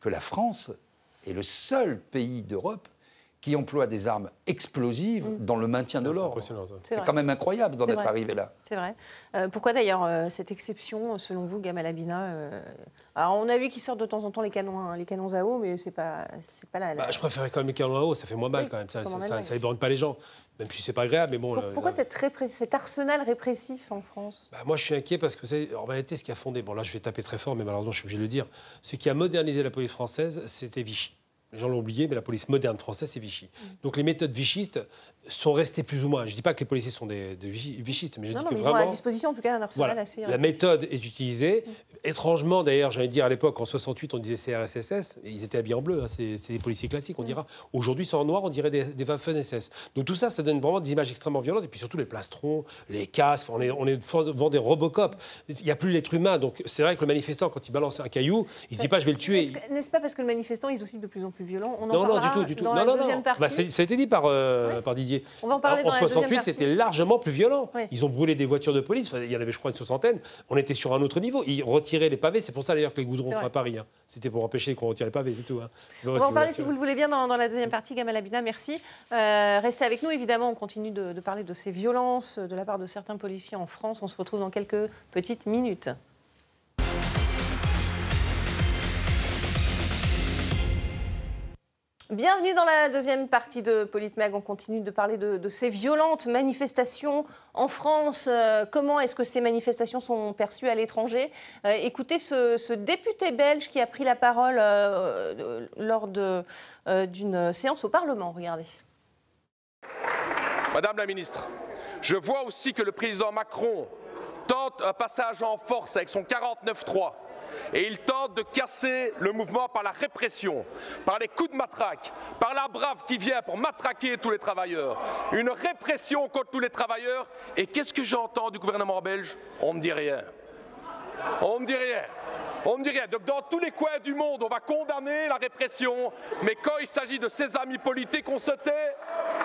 Speaker 4: que la France est le seul pays d'Europe qui emploie des armes explosives mmh. dans le maintien de l'ordre. C'est quand même incroyable d'en être vrai. arrivé là.
Speaker 1: C'est vrai. Euh, pourquoi d'ailleurs euh, cette exception, selon vous, Gamal Abina euh... Alors on a vu qu'ils sortent de temps en temps les canons, hein, les canons à eau, mais c'est pas, c'est pas la. la...
Speaker 5: Bah, je préférais quand même les canons à eau, ça fait moins mal oui, quand même. Ça, ça, ça, ça éborgne pas les gens. Même si c'est pas agréable, mais bon.
Speaker 1: Pour,
Speaker 5: le,
Speaker 1: pourquoi
Speaker 5: le...
Speaker 1: Cette répré... cet arsenal répressif en France?
Speaker 5: bah, Moi, je suis inquiet parce que, c'est, en réalité, ce qui a fondé, bon là, je vais taper très fort, mais malheureusement, je suis obligé de le dire, ce qui a modernisé la police française, c'était Vichy. Les gens l'ont oublié, mais la police moderne française, c'est Vichy. Mmh. Donc les méthodes vichistes sont restées plus ou moins. Je ne dis pas que les policiers sont des, des vichistes, mais je
Speaker 1: non,
Speaker 5: dis
Speaker 1: non,
Speaker 5: que
Speaker 1: mais
Speaker 5: vraiment.
Speaker 1: Ils ont à disposition, en tout cas, un arsenal
Speaker 5: voilà,
Speaker 1: assez.
Speaker 5: La méthode est utilisée. Mmh. Étrangement, d'ailleurs, j'allais dire à l'époque, en soixante-huit, on disait C R S S S, et ils étaient habillés en bleu. Hein, c'est, c'est des policiers classiques, on mmh. dira. Aujourd'hui, ils sont en noir, on dirait des, des Waffen S S. Donc tout ça, ça donne vraiment des images extrêmement violentes. Et puis surtout les plastrons, les casques. On est, on est devant des Robocop. Il n'y a plus l'être humain. Donc c'est vrai que le manifestant, quand il balance un caillou, il ne se dit pas je vais le tuer.
Speaker 1: Est-ce que, n'est-ce pas parce que le manifestant est aussi de plus en plus violent? On en
Speaker 5: non, non, du tout, du tout.
Speaker 1: Dans
Speaker 5: non,
Speaker 1: la
Speaker 5: non,
Speaker 1: deuxième
Speaker 5: non.
Speaker 1: partie.
Speaker 5: Bah, c'est, ça a été dit par, euh, oui. par Didier.
Speaker 1: On va en parler
Speaker 5: en,
Speaker 1: dans
Speaker 5: en
Speaker 1: la
Speaker 5: soixante-huit, c'était largement plus violent. Oui. Ils ont brûlé des voitures de police. Enfin, il y en avait, je crois, une soixantaine. On était sur un autre niveau. Ils retiraient les pavés. C'est pour ça, d'ailleurs, que les goudrons sont à Paris. Hein. C'était pour empêcher qu'on retire les pavés, c'est tout. Hein. C'est
Speaker 1: on va en parler, si vous le voulez bien, dans, dans la deuxième partie. Gamal Abina, merci. Euh, restez avec nous, évidemment. On continue de, de parler de ces violences de la part de certains policiers en France. On se retrouve dans quelques petites minutes. Bienvenue dans la deuxième partie de Politmag. On continue de parler de, de ces violentes manifestations en France. Euh, comment est-ce que ces manifestations sont perçues à l'étranger? euh, Écoutez ce, ce député belge qui a pris la parole euh, lors de, euh, d'une séance au Parlement. Regardez.
Speaker 9: Madame la ministre, je vois aussi que le président Macron tente un passage en force avec son quarante-neuf trois. Et il tente de casser le mouvement par la répression, par les coups de matraque, par la brave qui vient pour matraquer tous les travailleurs. Une répression contre tous les travailleurs. Et qu'est-ce que j'entends du gouvernement belge? On ne dit rien. On ne dit rien. On ne dit rien. Donc dans tous les coins du monde, on va condamner la répression. Mais quand il s'agit de ses amis politiques, on se tait.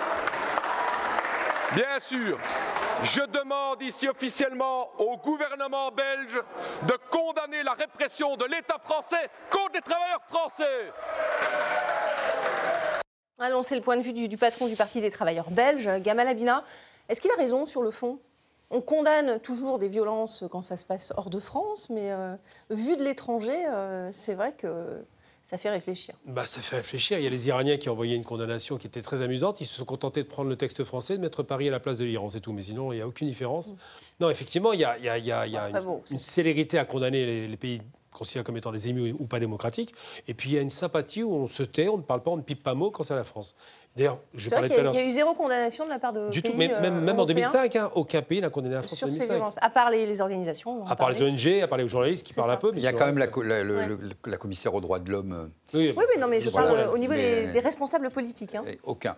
Speaker 9: Bien sûr, je demande ici officiellement au gouvernement belge de condamner la répression de l'État français contre les travailleurs français.
Speaker 1: Alors, c'est le point de vue du, du patron du Parti des travailleurs belges, Gamal Abina. Est-ce qu'il a raison sur le fond? On condamne toujours des violences quand ça se passe hors de France, mais euh, vu de l'étranger, euh, c'est vrai que... Ça fait réfléchir.
Speaker 5: Bah, ça fait réfléchir. Il y a les Iraniens qui ont envoyé une condamnation qui était très amusante. Ils se sont contentés de prendre le texte français, de mettre Paris à la place de l'Iran, c'est tout. Mais sinon, il n'y a aucune différence. Mmh. Non, effectivement, il y a, il y a, il y a, il y a une, bon, une célérité à condamner les, les pays considérés comme étant des ennemis ou pas démocratiques. Et puis, il y a une sympathie où on se tait, on ne parle pas, on ne pipe pas mot quand c'est la France. D'ailleurs, je parlais tout à l'heure.
Speaker 1: Il y a eu zéro condamnation de la part de
Speaker 5: du
Speaker 1: pays
Speaker 5: tout, mais même, même en deux mille cinq, hein, aucun pays n'a condamné la France
Speaker 1: sur
Speaker 5: en deux mille cinq.
Speaker 1: Ces violences, à part les, les organisations.
Speaker 5: À part les O N G, à part les journalistes qui c'est parlent ça. un peu. Mais
Speaker 4: il y a quand même la, la, le, ouais. le, la commissaire aux droits de l'homme.
Speaker 1: Oui, oui mais non, mais je parle
Speaker 4: voilà.
Speaker 1: au niveau
Speaker 4: mais...
Speaker 1: des, des responsables politiques. Hein.
Speaker 4: Aucun.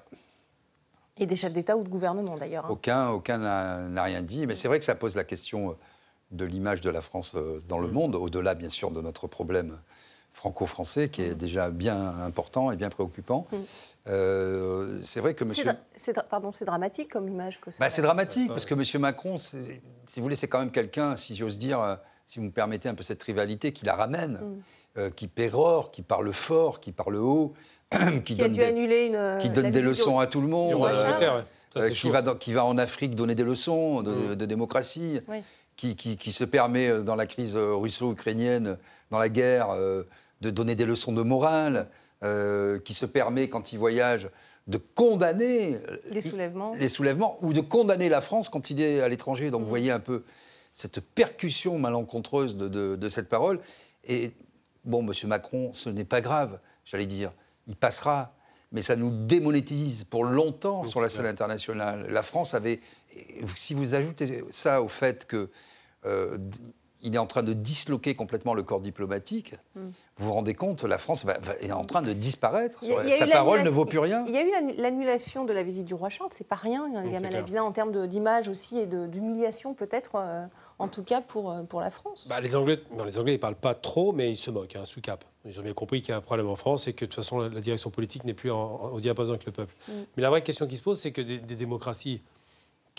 Speaker 1: Et des chefs d'État ou de gouvernement, d'ailleurs. Hein.
Speaker 4: Aucun, aucun n'a, n'a rien dit. Mais c'est vrai que ça pose la question de l'image de la France dans le mmh. monde, au-delà, bien sûr, de notre problème franco-français, qui est mmh. déjà bien important et bien préoccupant. Mmh. Euh, c'est vrai que monsieur...
Speaker 1: C'est, dra- c'est, dra- pardon, c'est dramatique comme image que ça.
Speaker 4: Bah, c'est dramatique parce que monsieur Macron, c'est, si vous voulez, c'est quand même quelqu'un, si j'ose dire, euh, si vous me permettez un peu cette rivalité, qui la ramène, mm. euh, qui pérore, qui parle fort, qui parle haut, qui,
Speaker 1: qui
Speaker 4: donne,
Speaker 1: a dû
Speaker 4: des,
Speaker 1: annuler une,
Speaker 4: qui donne des leçons
Speaker 1: au...
Speaker 4: à tout le monde,
Speaker 5: euh, ouais. Ça,
Speaker 4: euh, qui, va dans, qui va en Afrique donner des leçons de, mm. de, de démocratie, oui. qui, qui, qui se permet dans la crise russo-ukrainienne, dans la guerre, euh, de donner des leçons de morale, euh, qui se permet, quand il voyage, de condamner
Speaker 1: les soulèvements.
Speaker 4: les soulèvements ou de condamner la France quand il est à l'étranger. Donc mmh. vous voyez un peu cette percussion malencontreuse de, de, de cette parole. Et bon, M. Macron, ce n'est pas grave, j'allais dire. Il passera, mais ça nous démonétise pour longtemps mmh, sur la scène bien. internationale. La France avait... Si vous ajoutez ça au fait que... Euh, il est en train de disloquer complètement le corps diplomatique. Mm. Vous vous rendez compte, la France va, va, est en train de disparaître. Y a, y a Sa parole ne vaut plus rien.
Speaker 1: Il y a eu l'annulation de la visite du roi Charles, c'est pas rien, hein, Gamal Abina, en termes de, d'image aussi et de, d'humiliation peut-être, euh, en tout cas pour, pour la France.
Speaker 5: Bah, les Anglais, non, les Anglais, ils parlent pas trop, mais ils se moquent, hein, sous cap. Ils ont bien compris qu'il y a un problème en France et que de toute façon, la, la direction politique n'est plus en, en, au diapason avec le peuple. Mm. Mais la vraie question qui se pose, c'est que des, des démocraties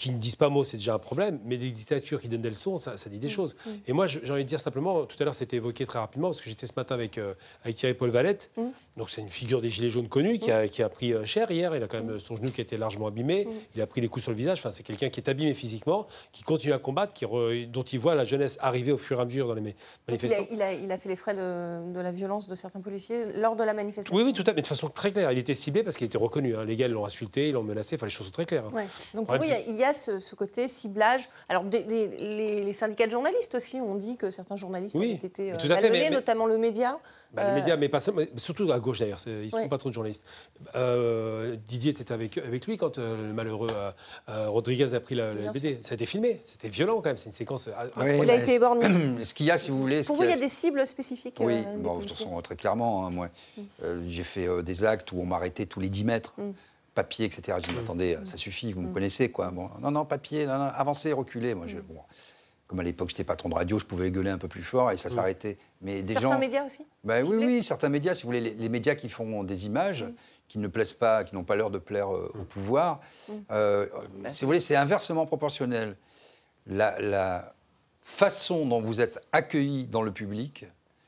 Speaker 5: qui ne disent pas mot, c'est déjà un problème, mais des dictatures qui donnent des leçons, ça, ça dit des mmh. choses. Mmh. Et moi, j'ai envie de dire simplement, tout à l'heure, c'était évoqué très rapidement, parce que j'étais ce matin avec, euh, avec Thierry Paul Valette, mmh. donc c'est une figure des Gilets jaunes connue, qui a, qui a pris cher hier, il a quand même son genou qui a été largement abîmé, mmh. il a pris des coups sur le visage, enfin, c'est quelqu'un qui est abîmé physiquement, qui continue à combattre, qui re, dont il voit la jeunesse arriver au fur et à mesure dans les manifestations.
Speaker 1: Il a, il a, il a fait les frais de, de la violence de certains policiers lors de la manifestation.
Speaker 5: Oui, oui, tout à fait, mais de façon très claire. Il était ciblé parce qu'il était reconnu. Hein. Les gars l'ont insulté, ils l'ont menacé, enfin, les choses sont très claires. Hein.
Speaker 1: Ouais. Donc oui, c'est... il y a ce, ce côté ciblage. Alors, des, des, les, les syndicats de journalistes aussi ont dit que certains journalistes oui, avaient été euh, tout à malmenés, fait, mais, notamment le média.
Speaker 5: Bah, euh... Le média, mais, pas ça, mais surtout à gauche d'ailleurs, ils ne sont ouais. pas trop de journalistes. Euh, Didier était avec, avec lui quand euh, le malheureux euh, euh, Rodriguez a pris la, le B D. Ça a été filmé, c'était violent quand même, c'est une séquence...
Speaker 1: Oui, il a été éborgné.
Speaker 4: Ce qu'il y a, si vous voulez...
Speaker 1: Pour vous, il y a des cibles spécifiques.
Speaker 4: Oui,
Speaker 1: euh,
Speaker 4: bon, de toute façon, très clairement, hein, moi, mm. euh, j'ai fait euh, des actes où on m'arrêtait tous les dix mètres, mm. papier, et cetera. Je dis, mm. attendez, ça suffit, vous mm. me connaissez, quoi. Bon, non, non, papier, non, non, avancez, reculez. Moi, je, bon, comme à l'époque, j'étais patron de radio, je pouvais gueuler un peu plus fort et ça mm. s'arrêtait. Mais des
Speaker 1: certains
Speaker 4: gens,
Speaker 1: médias aussi
Speaker 4: bah, oui, oui, certains médias, si vous voulez, les, les médias qui font des images, mm. qui ne plaisent pas, qui n'ont pas l'heure de plaire euh, au pouvoir, mm. euh, bah, si vous voulez, c'est inversement proportionnel. La, la façon dont vous êtes accueilli dans le public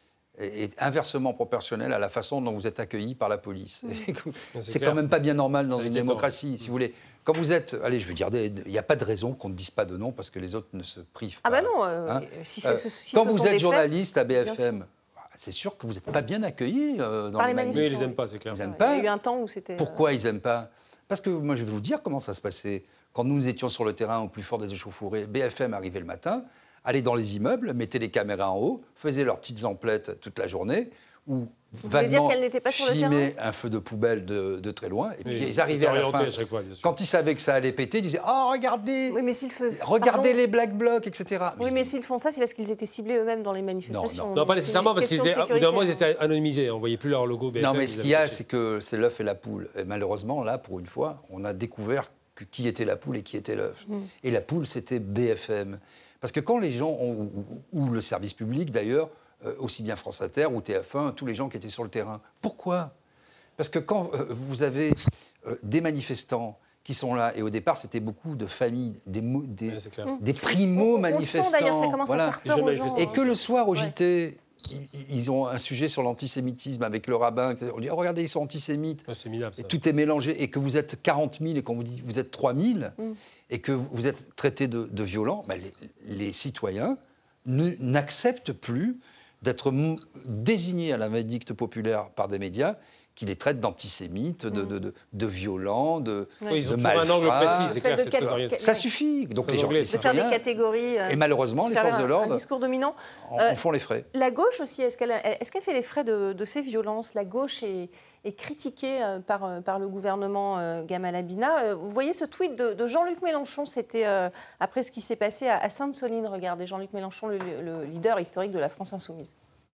Speaker 4: est inversement proportionnel à la façon dont vous êtes accueilli par la police. Mmh. C'est quand même pas bien normal dans une démocratie. Si vous voulez, quand vous êtes, allez, je veux dire, il n'y a pas de raison qu'on ne dise pas de nom parce que les autres ne se privent pas.
Speaker 1: Ah bah non. Euh, hein si c'est, si
Speaker 4: quand vous êtes journaliste faits, à B F M, c'est sûr que vous n'êtes pas bien accueilli euh, dans
Speaker 1: par
Speaker 4: les
Speaker 1: manifestants.
Speaker 5: Mais ils n'aiment pas, c'est clair.
Speaker 4: Ils n'aiment pas.
Speaker 1: Il y a eu un temps où c'était.
Speaker 4: Pourquoi ils n'aiment pas ? Parce que moi, je vais vous dire comment ça se passait. Quand nous étions sur le terrain au plus fort des échauffourées, B F M arrivait le matin, allait dans les immeubles, mettait les caméras en haut, faisait leurs petites emplettes toute la journée, ou vaguement filmait un feu de poubelle de, de très loin, et puis oui, ils arrivaient à la fin. À fois, quand ils savaient que ça allait péter, ils disaient « Oh, regardez
Speaker 1: oui, mais s'ils faisaient...
Speaker 4: Regardez Pardon. les Black Blocs, et cetera »
Speaker 1: Oui, mais s'ils font ça, c'est parce qu'ils étaient ciblés eux-mêmes dans les manifestations.
Speaker 5: Non, non. non pas nécessairement, parce qu'au bout d'un moment, ils étaient anonymisés, on ne voyait plus leur logo B F M.
Speaker 4: Non, mais ce qu'il y a, c'est que c'est l'œuf et la poule. Et malheureusement, là, pour une fois, on a découvert que qui était la poule et qui était l'œuf. Mm. Et la poule, c'était B F M. Parce que quand les gens, ont, ou, ou le service public d'ailleurs, euh, aussi bien France Inter ou T F un, tous les gens qui étaient sur le terrain. Pourquoi ? Parce que quand euh, vous avez euh, des manifestants qui sont là, et au départ c'était beaucoup de familles, des, mo- des, ouais, des primo-manifestants. On, on le sent d'ailleurs,
Speaker 1: ça commence voilà. à faire peur aux gens.
Speaker 4: Et que le soir au ouais. J T... Ils ont un sujet sur l'antisémitisme avec le rabbin. On dit oh, regardez, ils sont antisémites.
Speaker 5: Ah, c'est minable,
Speaker 4: et tout est mélangé. Et que vous êtes quarante mille et qu'on vous dit vous êtes trois mille mm. et que vous êtes traités de, de violents, ben les, les citoyens ne, n'acceptent plus d'être m- désignés à la vindicte populaire par des médias qui les traitent d'antisémites, de, de, de, de violents, de,
Speaker 5: oui,
Speaker 4: de malfrats.
Speaker 5: Un angle précis, c'est clair, c'est
Speaker 1: cat-
Speaker 4: ça suffit. Donc les gens,
Speaker 1: de faire des catégories. Euh,
Speaker 4: et malheureusement, les forces de l'ordre
Speaker 1: un discours dominant.
Speaker 4: En, euh, en font les frais.
Speaker 1: La gauche aussi, est-ce qu'elle, est-ce qu'elle fait les frais de, de ces violences ? La gauche est, est critiquée euh, par, par le gouvernement euh, Gamal Abina. Euh, vous voyez ce tweet de, de Jean-Luc Mélenchon, c'était euh, après ce qui s'est passé à, à Sainte-Soline. Regardez, Jean-Luc Mélenchon, le, le leader historique de la France insoumise.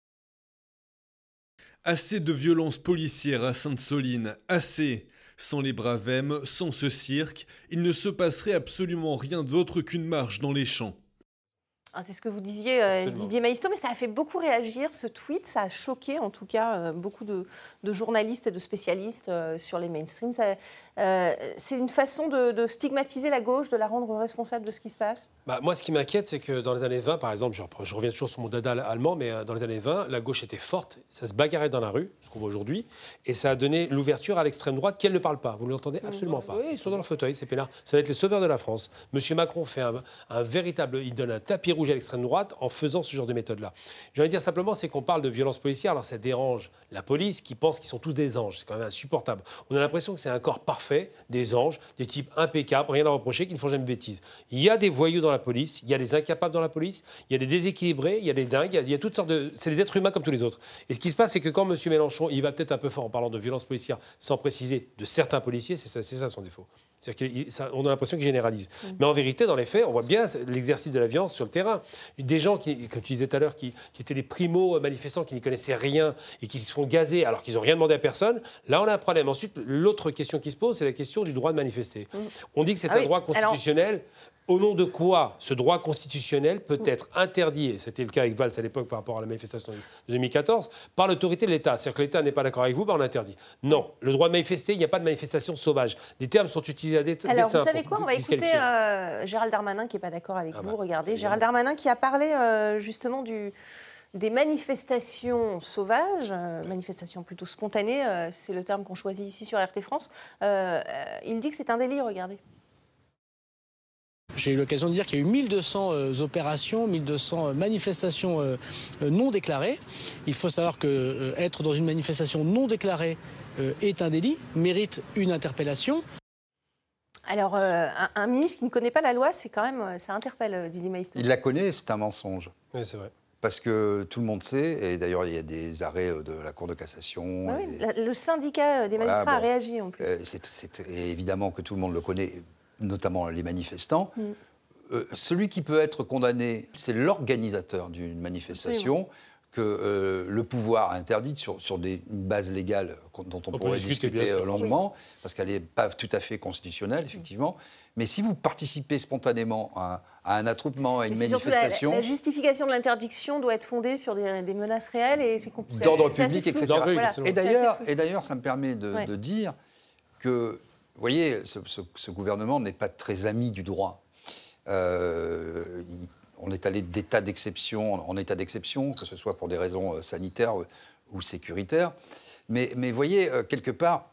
Speaker 10: Assez de violences policières à Sainte-Soline, assez. Sans les braves M, sans ce cirque, il ne se passerait absolument rien d'autre qu'une marche dans les champs.
Speaker 1: Ah, c'est ce que vous disiez, euh, Didier Maïsto, mais ça a fait beaucoup réagir, ce tweet. Ça a choqué, en tout cas, euh, beaucoup de, de journalistes et de spécialistes euh, sur les mainstreams. Ça, euh, c'est une façon de, de stigmatiser la gauche, de la rendre responsable de ce qui se passe ?
Speaker 5: Bah, moi, ce qui m'inquiète, c'est que dans les années vingt, par exemple, je, je reviens toujours sur mon dada allemand, mais dans les années vingt, la gauche était forte, ça se bagarrait dans la rue, ce qu'on voit aujourd'hui, et ça a donné l'ouverture à l'extrême droite, qu'elle ne parle pas. Vous ne l'entendez absolument pas. Oui, ils sont dans leur fauteuil, c'est peinard. Ça va être les sauveurs de la France. Monsieur Macron fait un, un véritable... Il donne un tapis rouge à l'extrême droite en faisant ce genre de méthode-là. J'ai envie de dire simplement, c'est qu'on parle de violence policière, alors ça dérange la police qui pense qu'ils sont tous des anges. C'est quand même insupportable. On a l'impression que c'est un corps parfait, des anges, des types impeccables, rien à reprocher, qui ne font jamais de bêtises. Il y a des voyous dans la police, il y a des incapables dans la police, il y a des déséquilibrés, il y a des dingues, il y a, il y a toutes sortes de... C'est les êtres humains comme tous les autres. Et ce qui se passe, c'est que quand M. Mélenchon, il va peut-être un peu fort en parlant de violence policière, sans préciser de certains policiers, c'est ça, c'est ça son défaut. C'est-à-dire qu'on a l'impression qu'il généralise. Mmh. Mais en vérité, dans les faits, on voit bien l'exercice de la violence sur le terrain. Des gens, qui, comme tu disais tout à l'heure, qui, qui étaient des primo-manifestants, qui n'y connaissaient rien et qui se font gazer alors qu'ils n'ont rien demandé à personne, là, on a un problème. Ensuite, l'autre question qui se pose, c'est la question du droit de manifester. Mmh. On dit que c'est ah un oui. droit constitutionnel. Alors... Au nom de quoi ce droit constitutionnel peut être interdit, et c'était le cas avec Valls à l'époque par rapport à la manifestation de deux mille quatorze, par l'autorité de l'État. C'est-à-dire que l'État n'est pas d'accord avec vous, ben on interdit. Non, le droit de manifester, il n'y a pas de manifestation sauvage. Les termes sont utilisés vise à dé-
Speaker 1: Alors,
Speaker 5: dessein
Speaker 1: vous savez
Speaker 5: pour
Speaker 1: quoi? On va écouter euh, Gérald Darmanin qui n'est pas d'accord avec
Speaker 5: Ah
Speaker 1: vous.
Speaker 5: bah,
Speaker 1: Regardez,
Speaker 5: évidemment.
Speaker 1: Gérald Darmanin qui a parlé euh, justement du, des manifestations sauvages, euh, manifestations plutôt spontanées, euh, c'est le terme qu'on choisit ici sur R T France. Euh, euh, il dit que c'est un délit, regardez.
Speaker 11: J'ai eu l'occasion de dire qu'il y a eu mille deux cents euh, opérations, mille deux cents manifestations euh, euh, non déclarées. Il faut savoir que euh, être dans une manifestation non déclarée euh, est un délit, mérite une interpellation.
Speaker 1: Alors, euh, un, un ministre qui ne connaît pas la loi, c'est quand même, ça interpelle Didier Maistre.
Speaker 4: Il la connaît, c'est un mensonge.
Speaker 5: Oui, c'est vrai.
Speaker 4: Parce que tout le monde sait, et d'ailleurs il y a des arrêts de la Cour de cassation.
Speaker 1: Bah oui,
Speaker 4: et...
Speaker 1: la, le syndicat des magistrats
Speaker 4: voilà, bon,
Speaker 1: a réagi en plus.
Speaker 4: Euh, c'est, c'est évidemment que tout le monde le connaît, notamment les manifestants. Mm. Euh, celui qui peut être condamné, c'est l'organisateur d'une manifestation. Absolument. Que euh, le pouvoir interdit sur, sur des, une base légale dont on, on pourrait discuter, discuter longuement, oui. Parce qu'elle n'est pas tout à fait constitutionnelle, effectivement. Mais si vous participez spontanément à, à un attroupement, à une manifestation...
Speaker 1: La, la justification de l'interdiction doit être fondée sur des, des menaces réelles et c'est compliqué.
Speaker 4: D'ordre public, et cetera.
Speaker 1: Voilà.
Speaker 4: Et d'ailleurs, et d'ailleurs, ça me permet de, ouais. de dire que, vous voyez, ce, ce, ce gouvernement n'est pas très ami du droit. Euh, il, On est allé d'état d'exception en état d'exception, que ce soit pour des raisons sanitaires ou sécuritaires. Mais, mais voyez, quelque part,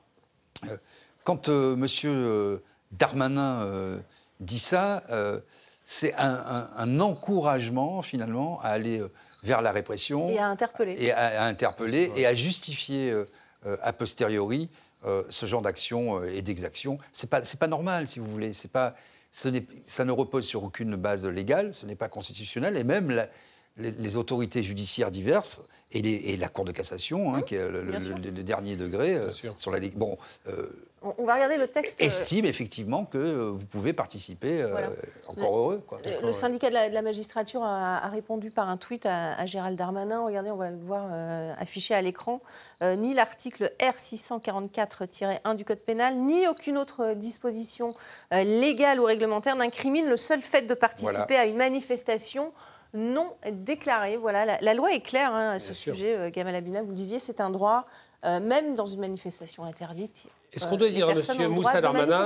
Speaker 4: quand euh, M. Darmanin euh, dit ça, euh, c'est un, un, un encouragement, finalement, à aller vers la répression.
Speaker 1: Et à interpeller.
Speaker 4: Et à, à interpeller et à justifier euh, a posteriori euh, ce genre d'action et d'exaction. C'est pas, c'est pas normal, si vous voulez. C'est pas... Ce ça ne repose sur aucune base légale, ce n'est pas constitutionnel, et même la, les, les autorités judiciaires diverses et, les, et la Cour de cassation, hein, mmh, qui est le, le, le, le dernier degré euh, sur la bon, euh,
Speaker 1: on, on va regarder le texte.
Speaker 4: Estime effectivement que euh, vous pouvez participer. Euh, voilà. Encore
Speaker 1: le,
Speaker 4: heureux. Quoi.
Speaker 1: Le, le syndicat de la, de la magistrature a, a répondu par un tweet à, à Gérald Darmanin. Regardez, on va le voir euh, affiché à l'écran. Euh, ni l'article R six cent quarante-quatre tiret un du Code pénal, ni aucune autre disposition euh, légale ou réglementaire n'incrimine le seul fait de participer voilà. à une manifestation non déclarée. Voilà, la, la loi est claire hein, à ce Bien sujet. Euh, Gamal Abina, vous le disiez, c'est un droit, euh, même dans une manifestation interdite.
Speaker 5: Est-ce qu'on doit dire à M. Moussa Darmanin,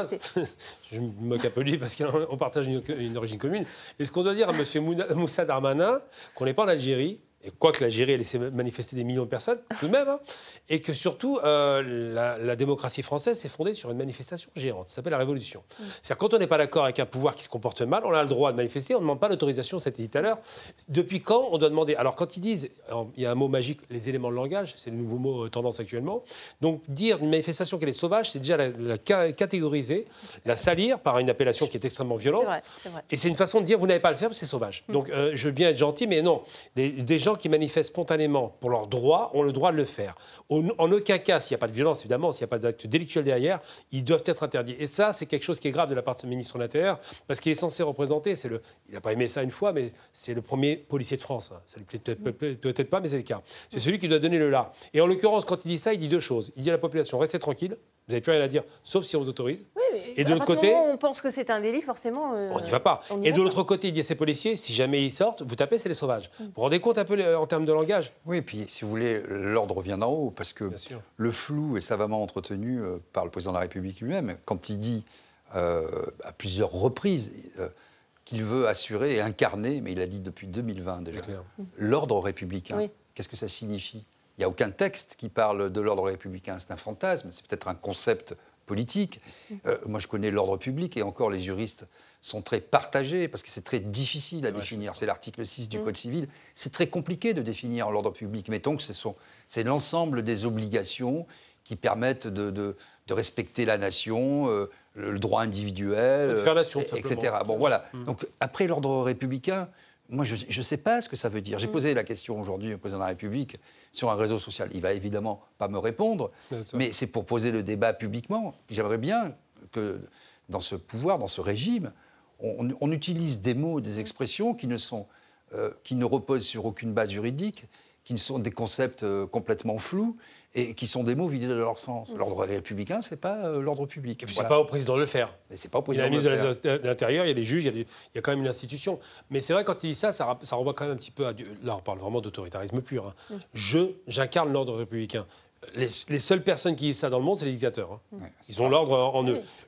Speaker 5: je me moque un peu lui parce qu'on partage une, une origine commune, est-ce qu'on doit dire à M. Moussa Darmanin qu'on n'est pas en Algérie, et quoique l'Algérie a laissé manifester des millions de personnes, tout de même, hein, et que surtout, euh, la, la démocratie française s'est fondée sur une manifestation géante, ça s'appelle la Révolution. Mmh. C'est-à-dire quand on n'est pas d'accord avec un pouvoir qui se comporte mal, on a le droit de manifester, on ne demande pas l'autorisation, ça a été dit tout à l'heure. Depuis quand on doit demander... Alors quand ils disent, il y a un mot magique, les éléments de langage, c'est le nouveau mot euh, tendance actuellement, donc dire une manifestation qu'elle est sauvage, c'est déjà la, la catégoriser, la salir par une appellation qui est extrêmement violente,
Speaker 1: c'est vrai, c'est vrai.
Speaker 5: Et c'est une façon de dire, vous n'avez pas à le faire, c'est sauvage. Mmh. Donc euh, je veux bien être gentil, mais non, des, des gens qui manifestent spontanément pour leurs droits ont le droit de le faire. Au, en aucun cas, s'il n'y a pas de violence, évidemment, s'il n'y a pas d'acte délictuel derrière, ils doivent être interdits. Et ça, c'est quelque chose qui est grave de la part de ce ministre de l'Intérieur, parce qu'il est censé représenter, c'est le, il n'a pas aimé ça une fois, mais c'est le premier policier de France. Hein. Ça ne lui plaît peut-être, peut-être pas, mais c'est le cas. C'est celui qui doit donner le là. Et en l'occurrence, quand il dit ça, il dit deux choses. Il dit à la population, restez tranquille, vous n'avez plus rien à dire, sauf si on vous autorise.
Speaker 1: Oui,
Speaker 5: et de l'autre côté,
Speaker 1: on pense que c'est un délit, forcément. Euh,
Speaker 5: on n'y va pas. Et de l'autre côté, il dit à ces policiers, si jamais ils sortent, vous tapez, c'est les sauvages. Mm. Vous vous rendez compte un peu en termes de langage?
Speaker 4: Oui, et puis si vous voulez, l'ordre vient d'en haut, parce que le flou est savamment entretenu euh, par le président de la République lui-même, quand il dit euh, à plusieurs reprises euh, qu'il veut assurer et incarner, mais il a dit depuis deux mille vingt déjà, l'ordre républicain. Oui. Qu'est-ce que ça signifie? Il n'y a aucun texte qui parle de l'ordre républicain, c'est un fantasme, c'est peut-être un concept politique. Euh, moi, je connais l'ordre public, et encore, les juristes sont très partagés, parce que c'est très difficile à ouais, définir. C'est l'article six du mmh. Code civil. C'est très compliqué de définir l'ordre public. Mettons que ce sont, c'est l'ensemble des obligations qui permettent de, de, de respecter la nation, euh, le, le droit individuel,
Speaker 5: de faire nation,
Speaker 4: et cetera. Bon, voilà. Mmh. Donc, après l'ordre républicain, moi, je ne sais pas ce que ça veut dire. J'ai mmh. posé la question aujourd'hui au président de la République sur un réseau social. Il ne va évidemment pas me répondre, mais c'est pour poser le débat publiquement. J'aimerais bien que dans ce pouvoir, dans ce régime, on, on utilise des mots, des expressions qui ne, sont, euh, qui ne reposent sur aucune base juridique, qui sont des concepts euh, complètement flous et qui sont des mots vidés de leur sens. Mmh. L'ordre républicain, ce n'est pas euh, l'ordre public.
Speaker 5: Et puis, voilà. C'est pas au président de le faire.
Speaker 4: Mais c'est pas au président
Speaker 5: il y a la
Speaker 4: ministre
Speaker 5: de l'Intérieur, il y a des juges, il y a, des, il y a quand même une institution. Mais c'est vrai, quand il dit ça, ça, ça renvoie quand même un petit peu à... Là, on parle vraiment d'autoritarisme pur. Hein. Mmh. Je, j'incarne l'ordre républicain. Les, les seules personnes qui disent ça dans le monde, c'est les dictateurs. Hein. Ouais, Ils ont l'ordre en, en eux.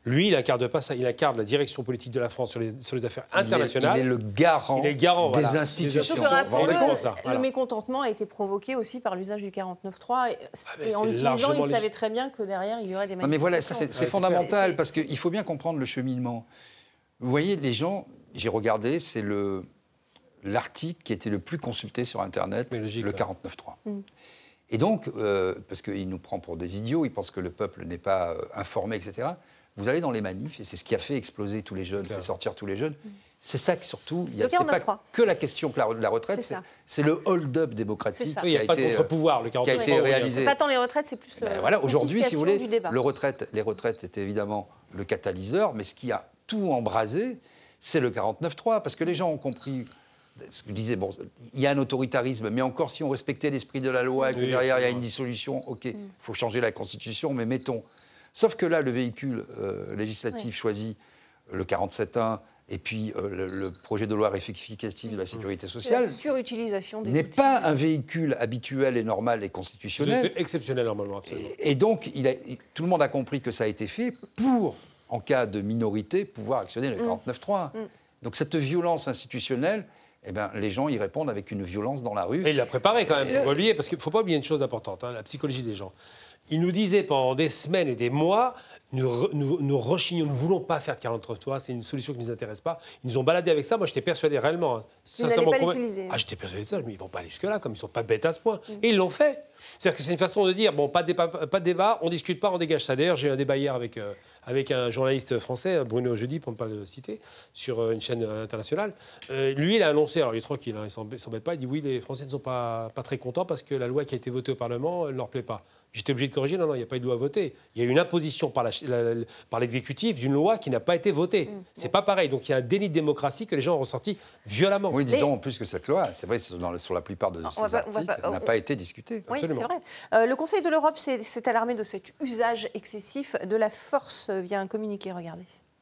Speaker 5: Lui, il incarne pas ça. Il incarne la direction politique de la France sur les, sur les affaires internationales.
Speaker 4: Il est, il est le garant,
Speaker 5: il est garant
Speaker 4: des
Speaker 5: voilà.
Speaker 4: institutions.
Speaker 1: Le, le,
Speaker 5: ça,
Speaker 1: le
Speaker 5: voilà.
Speaker 1: mécontentement a été provoqué aussi par l'usage du quarante-neuf trois. Et,
Speaker 5: ah
Speaker 1: et en l'utilisant, il savait très bien que derrière, il y aurait des manifestations.
Speaker 4: Non mais voilà, ça c'est
Speaker 5: ouais,
Speaker 4: fondamental, parce qu'il faut bien comprendre le cheminement. Vous voyez, les gens, j'ai regardé, c'est le... l'article qui était le plus consulté sur Internet, logique, le quarante-neuf trois. Mm. Et donc, euh, parce qu'il nous prend pour des idiots, il pense que le peuple n'est pas euh, informé, et cetera. Vous allez dans les manifs, et c'est ce qui a fait exploser tous les jeunes, fait sortir tous les jeunes. Mm. C'est ça que surtout, il y a, c'est pas que la question de la, de la retraite, c'est, c'est le hold-up démocratique qui
Speaker 5: oui,
Speaker 4: a,
Speaker 5: a,
Speaker 4: été,
Speaker 5: pouvoir, le
Speaker 4: qui a été réalisé.
Speaker 1: C'est pas tant les retraites, c'est plus le.
Speaker 4: Ben voilà, aujourd'hui, si vous voulez, le retraite, les retraites étaient évidemment le catalyseur, mais ce qui a tout embrasé, c'est le quarante-neuf trois, parce que les gens ont compris. Ce que je disais, bon, il y a un autoritarisme, mais encore si on respectait l'esprit de la loi et que oui, derrière il y a une dissolution, ok, il mm. faut changer la Constitution, mais mettons. Sauf que là, le véhicule euh, législatif oui. choisi, le quarante-sept un, et puis euh, le, le projet de loi rectificatif de la sécurité sociale,
Speaker 1: la surutilisation des
Speaker 4: n'est
Speaker 1: outils.
Speaker 4: pas un véhicule habituel et normal et constitutionnel.
Speaker 5: C'est exceptionnel normalement. Absolument.
Speaker 4: Et, et donc, il a, il, tout le monde a compris que ça a été fait pour, en cas de minorité, pouvoir actionner le quarante-neuf trois. Mm. Donc cette violence institutionnelle, eh ben, les gens y répondent avec une violence dans la rue.
Speaker 5: Et il l'a préparé quand même, il faut oublier, parce qu'il ne faut pas oublier une chose importante, hein, la psychologie des gens. Il nous disait pendant des semaines et des mois, nous, nous, nous rechignons, nous ne voulons pas faire de quarante-neuf trois, c'est une solution qui ne nous intéresse pas. Ils nous ont baladé avec ça, moi j'étais persuadé réellement. Hein,
Speaker 1: sincèrement, pas l'utiliser.
Speaker 5: Ah, j'étais persuadé de ça, mais ils ne vont pas aller jusque-là, comme ils ne sont pas bêtes à ce point. Mm. Et ils l'ont fait. C'est-à-dire que c'est une façon de dire, bon, pas de débat, pas de débat on ne discute pas, on dégage ça. D'ailleurs, j'ai eu un débat hier avec... Euh, avec un journaliste français, Bruno Jeudi, pour ne pas le citer, sur une chaîne internationale. Euh, lui, il a annoncé, alors il est tranquille, hein, il ne s'embête pas, il dit oui, les Français ne sont pas, pas très contents parce que la loi qui a été votée au Parlement ne leur plaît pas. J'étais obligé de corriger, non, non, il n'y a pas eu de loi votée. Il y a eu une imposition par, la, la, la, par l'exécutif d'une loi qui n'a pas été votée. Mmh, c'est bon. Pas pareil. Donc il y a un déni de démocratie que les gens ont ressenti violemment.
Speaker 4: Oui, disons en plus que cette loi, c'est vrai, dans le, sur la plupart de ces va, articles, pas, n'a pas été discutée.
Speaker 1: Oui, Absolument. C'est vrai. Euh, le Conseil de l'Europe s'est, s'est alarmé de cet usage excessif de la force via un communiqué. Regardez.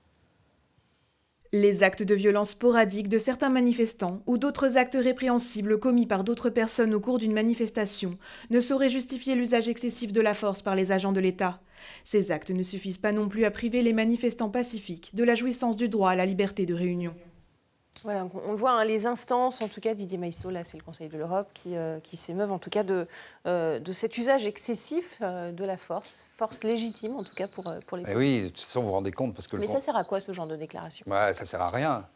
Speaker 7: Les actes de violence sporadiques de certains manifestants ou d'autres actes répréhensibles commis par d'autres personnes au cours d'une manifestation ne sauraient justifier l'usage excessif de la force par les agents de l'État. Ces actes ne suffisent pas non plus à priver les manifestants pacifiques de la jouissance du droit à la liberté de réunion.
Speaker 1: Voilà, on le voit, hein, les instances, en tout cas Didier Maistre, là c'est le Conseil de l'Europe qui, euh, qui s'émeuvent en tout cas de, euh, de cet usage excessif euh, de la force, force légitime en tout cas pour, pour les
Speaker 4: policiers. Oui, de toute façon vous vous rendez compte parce que...
Speaker 1: Mais le ça sert à quoi ce genre de déclaration?
Speaker 4: Ouais, ça sert à rien.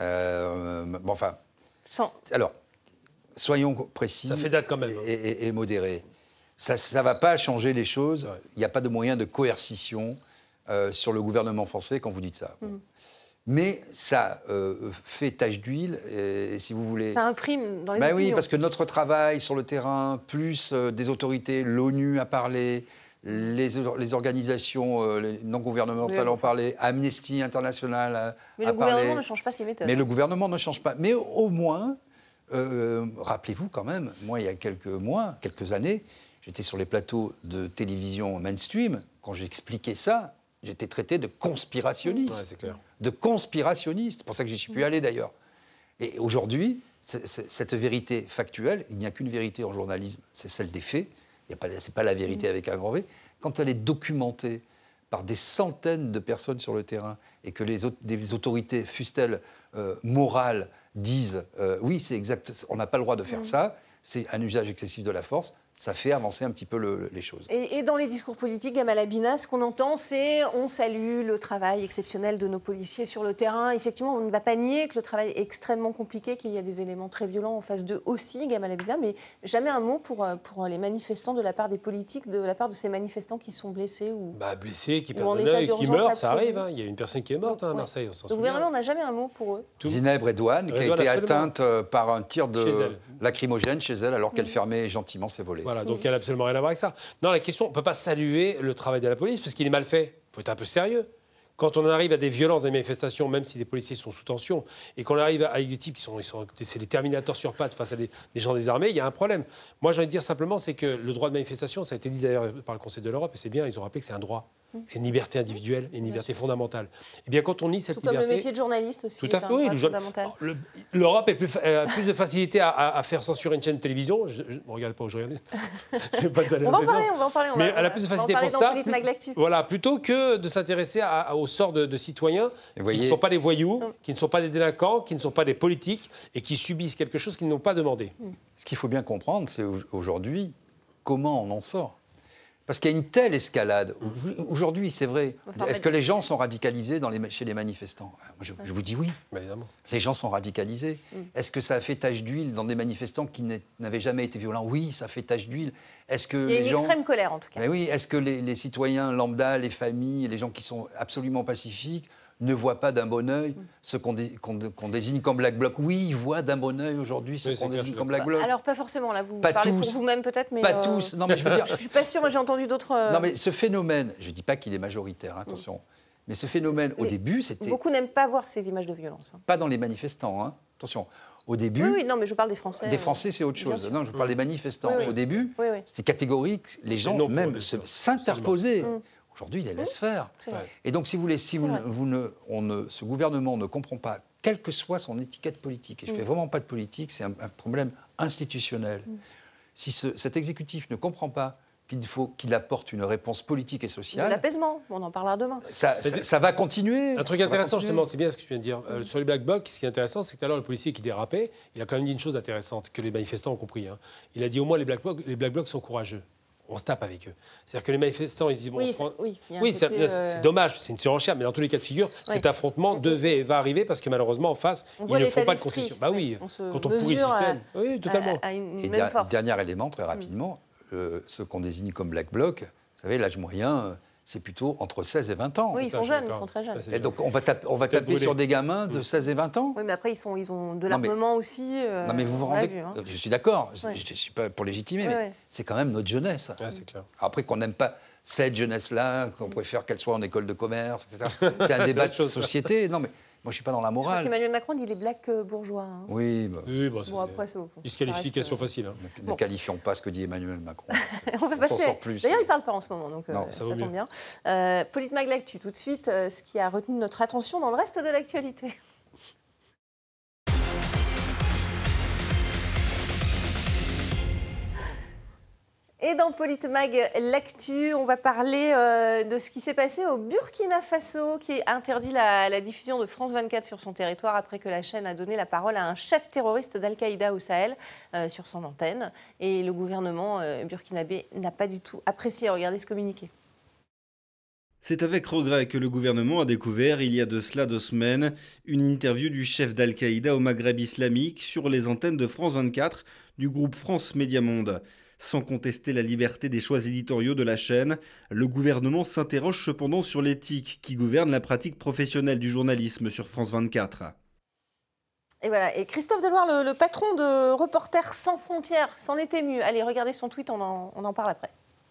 Speaker 4: euh, bon, enfin, Sans... alors, soyons précis
Speaker 5: ça fait date quand même, hein.
Speaker 4: et, et, et modérés. Ça ne va pas changer les choses. Il n'y a pas de moyen de coercition euh, sur le gouvernement français quand vous dites ça. Bon. Mm. Mais ça euh, fait tache d'huile, et, et si vous voulez...
Speaker 1: Ça imprime dans les
Speaker 4: bah
Speaker 1: opinions.
Speaker 4: Oui, parce que notre travail sur le terrain, plus euh, des autorités, l'ONU a parlé, les, les organisations euh, les non gouvernementales ont parlé, Amnesty International a, a parlé...
Speaker 1: Mais le gouvernement ne change pas ses méthodes.
Speaker 4: Mais le gouvernement ne change pas. Mais au moins, euh, rappelez-vous quand même, moi, il y a quelques mois, quelques années, j'étais sur les plateaux de télévision mainstream, quand j'expliquais ça, j'étais traité de conspirationniste.
Speaker 5: Ouais, c'est clair.
Speaker 4: De conspirationniste. C'est pour ça que j'y suis plus allé d'ailleurs. Et aujourd'hui, c'est, c'est, cette vérité factuelle, il n'y a qu'une vérité en journalisme, c'est celle des faits. Ce n'est pas la vérité avec un grand V. Quand elle est documentée par des centaines de personnes sur le terrain et que les, les autorités, fussent-elles euh, morales, disent euh, oui, c'est exact, on n'a pas le droit de faire mmh. ça, c'est un usage excessif de la force, ça fait avancer un petit peu le, les choses.
Speaker 1: Et, et dans les discours politiques, Gamal Abina, ce qu'on entend, c'est on salue le travail exceptionnel de nos policiers sur le terrain. Effectivement, on ne va pas nier que le travail est extrêmement compliqué, qu'il y a des éléments très violents en face d'eux aussi, Gamal Abina, mais jamais un mot pour, pour les manifestants de la part des politiques, de la part de ces manifestants qui sont blessés ou
Speaker 5: bah, blessés, qui perdent un œil, qui meurent, ça arrive. Hein. Il y a une personne qui est morte hein, à Marseille, on s'en souvient.
Speaker 1: Le gouvernement n'a jamais un mot pour eux.
Speaker 4: Tout. Zineb Redouane, qui a été atteinte par un tir de lacrymogène chez elle, alors qu'elle mmh. fermait gentiment ses volets.
Speaker 5: Voilà, donc mmh. elle n'a absolument rien à voir avec ça. Non, la question, on ne peut pas saluer le travail de la police, parce qu'il est mal fait. Il faut être un peu sérieux. Quand on arrive à des violences dans les manifestations, même si les policiers sont sous tension, et qu'on arrive avec des types qui sont, ils sont c'est des terminateurs sur pattes face à des, des gens désarmés, il y a un problème. Moi, j'ai envie de dire simplement, c'est que le droit de manifestation, ça a été dit d'ailleurs par le Conseil de l'Europe, et c'est bien, ils ont rappelé que c'est un droit. C'est une liberté individuelle et une liberté fondamentale. Et bien quand on nie cette
Speaker 1: Tout
Speaker 5: liberté...
Speaker 1: comme le métier de journaliste aussi.
Speaker 5: Tout à fait, oui. Le, L'Europe a plus, euh, plus de facilité à, à, à faire censurer une chaîne de télévision. Je ne regarde pas où je regarde.
Speaker 1: on va en parler, on va en parler. On
Speaker 5: Mais
Speaker 1: va,
Speaker 5: elle a plus de facilité pour ça. Plus, voilà, plutôt que de s'intéresser à, à, au sort de, de citoyens qui voyez... ne sont pas des voyous, mm. qui ne sont pas des délinquants, qui ne sont pas des politiques et qui subissent quelque chose qu'ils n'ont pas demandé.
Speaker 4: Mm. Ce qu'il faut bien comprendre, c'est aujourd'hui comment on en sort. Parce qu'il y a une telle escalade. Aujourd'hui, c'est vrai. Enfin, Est-ce que les gens sont radicalisés dans les, chez les manifestants ? je, je vous dis oui.
Speaker 5: Bah, évidemment.
Speaker 4: Les gens sont radicalisés. Mm. Est-ce que ça a fait tache d'huile dans des manifestants qui n'avaient jamais été violents ? Oui, ça fait tache d'huile. Est-ce que
Speaker 1: Il y a
Speaker 4: les
Speaker 1: une
Speaker 4: gens...
Speaker 1: extrême colère, en tout cas.
Speaker 4: Mais oui, est-ce que les, les citoyens lambda, les familles, les gens qui sont absolument pacifiques, ne voient pas d'un bon œil ce qu'on, dé, qu'on, qu'on désigne comme Black Bloc. Oui, ils voient d'un bon œil aujourd'hui ce oui, qu'on désigne comme Black Bloc.
Speaker 1: Alors, pas forcément, là, vous
Speaker 4: pas
Speaker 1: parlez
Speaker 4: tous,
Speaker 1: pour vous-même peut-être, mais...
Speaker 4: Pas
Speaker 1: euh...
Speaker 4: tous, non mais je veux dire...
Speaker 1: je suis pas sûre, moi j'ai entendu d'autres... Euh...
Speaker 4: Non mais ce phénomène, je dis pas qu'il est majoritaire, hein, attention, mm. mais ce phénomène, au mais début, c'était...
Speaker 1: Beaucoup n'aiment pas voir ces images de violence. Hein.
Speaker 4: Pas dans les manifestants, hein. Attention. Au début...
Speaker 1: Oui, oui, non, mais je parle des Français.
Speaker 4: Des Français, c'est autre chose. Non, je parle des manifestants.
Speaker 1: Oui, oui.
Speaker 4: Au début,
Speaker 1: oui, oui.
Speaker 4: c'était catégorique, les gens non, même se, s'interposaient. Mm. Aujourd'hui, il les laisse faire. Et donc, si vous voulez, si vous, vous ne, on ne, ce gouvernement ne comprend pas, quelle que soit son étiquette politique, et je ne mm. fais vraiment pas de politique, c'est un, un problème institutionnel. Mm. Si ce, cet exécutif ne comprend pas qu'il faut qu'il apporte une réponse politique et sociale...
Speaker 1: De l'apaisement, on en parlera demain.
Speaker 4: Ça, ça, ça va continuer.
Speaker 5: Un truc intéressant, justement, c'est bien ce que tu viens de dire. Euh, sur les Black Blocs, ce qui est intéressant, c'est que tout à l'heure, le policier qui dérapait, il a quand même dit une chose intéressante, que les manifestants ont compris. Hein. Il a dit, au moins, les Black Blocs, les Black Blocs sont courageux. On se tape avec eux. C'est-à-dire que les manifestants, ils se disent... Bon,
Speaker 1: oui,
Speaker 5: on se prend...
Speaker 1: oui,
Speaker 5: oui c'est,
Speaker 1: euh...
Speaker 5: c'est dommage, c'est une surenchère, mais dans tous les cas de figure, oui. cet affrontement oui. devait et va arriver parce que malheureusement, en face,
Speaker 1: on
Speaker 5: ils ne font pas de concession. Bah oui,
Speaker 1: on
Speaker 5: quand on pourrit le système.
Speaker 1: À,
Speaker 5: oui, totalement.
Speaker 1: À, à une
Speaker 4: et
Speaker 1: même force.
Speaker 4: Dernier élément, très rapidement, mm. euh, ceux qu'on désigne comme Black Bloc, vous savez, l'âge moyen... c'est plutôt entre seize et vingt ans.
Speaker 1: Oui, ils sont jeunes, ils sont très jeunes.
Speaker 4: Et donc, on va taper, on va taper sur des gamins de seize et vingt ans.
Speaker 1: Oui, mais après, ils, sont, ils ont de l'armement mais, aussi. Euh,
Speaker 4: non, mais vous vous rendez...
Speaker 1: Vu, hein.
Speaker 4: Je suis d'accord,
Speaker 1: ouais.
Speaker 4: je ne suis pas pour légitimer,
Speaker 1: ouais,
Speaker 4: mais
Speaker 1: ouais.
Speaker 4: c'est quand même notre jeunesse.
Speaker 5: Ouais, c'est clair.
Speaker 4: Après, qu'on n'aime pas cette jeunesse-là, qu'on préfère qu'elle soit en école de commerce, et cetera. C'est un débat de société. Non, mais moi, je ne suis pas dans la morale.
Speaker 1: Emmanuel Macron dit les blacks bourgeois. Hein.
Speaker 4: Oui, bah,
Speaker 5: oui bah,
Speaker 1: bon, après, c'est...
Speaker 5: Une qualification facile. Hein.
Speaker 4: Ne, ne bon. qualifions pas ce que dit Emmanuel Macron.
Speaker 1: On va
Speaker 4: on
Speaker 1: passer.
Speaker 4: Sort plus.
Speaker 1: D'ailleurs, il ne parle pas en ce moment, donc
Speaker 4: non,
Speaker 1: euh,
Speaker 5: ça,
Speaker 1: ça tombe
Speaker 5: mieux.
Speaker 1: bien. Euh, Politmag l'actu, tout de suite, euh, ce qui a retenu notre attention dans le reste de l'actualité. Et dans Politmag l'actu, on va parler euh, de ce qui s'est passé au Burkina Faso, qui a interdit la, la diffusion de France vingt-quatre sur son territoire après que la chaîne a donné la parole à un chef terroriste d'Al-Qaïda au Sahel euh, sur son antenne. Et le gouvernement euh, burkinabé n'a pas du tout apprécié. Regardez ce communiqué.
Speaker 12: C'est avec regret que le gouvernement a découvert, il y a de cela deux semaines, une interview du chef d'Al-Qaïda au Maghreb islamique sur les antennes de France vingt-quatre du groupe France Média Monde. Sans contester la liberté des choix éditoriaux de la chaîne, le gouvernement s'interroge cependant sur l'éthique qui gouverne la pratique professionnelle du journalisme sur France vingt-quatre.
Speaker 1: Et voilà, et Christophe Deloire, le, le patron de Reporters sans frontières, s'en est ému. Allez, regardez son tweet, on en, on en parle après.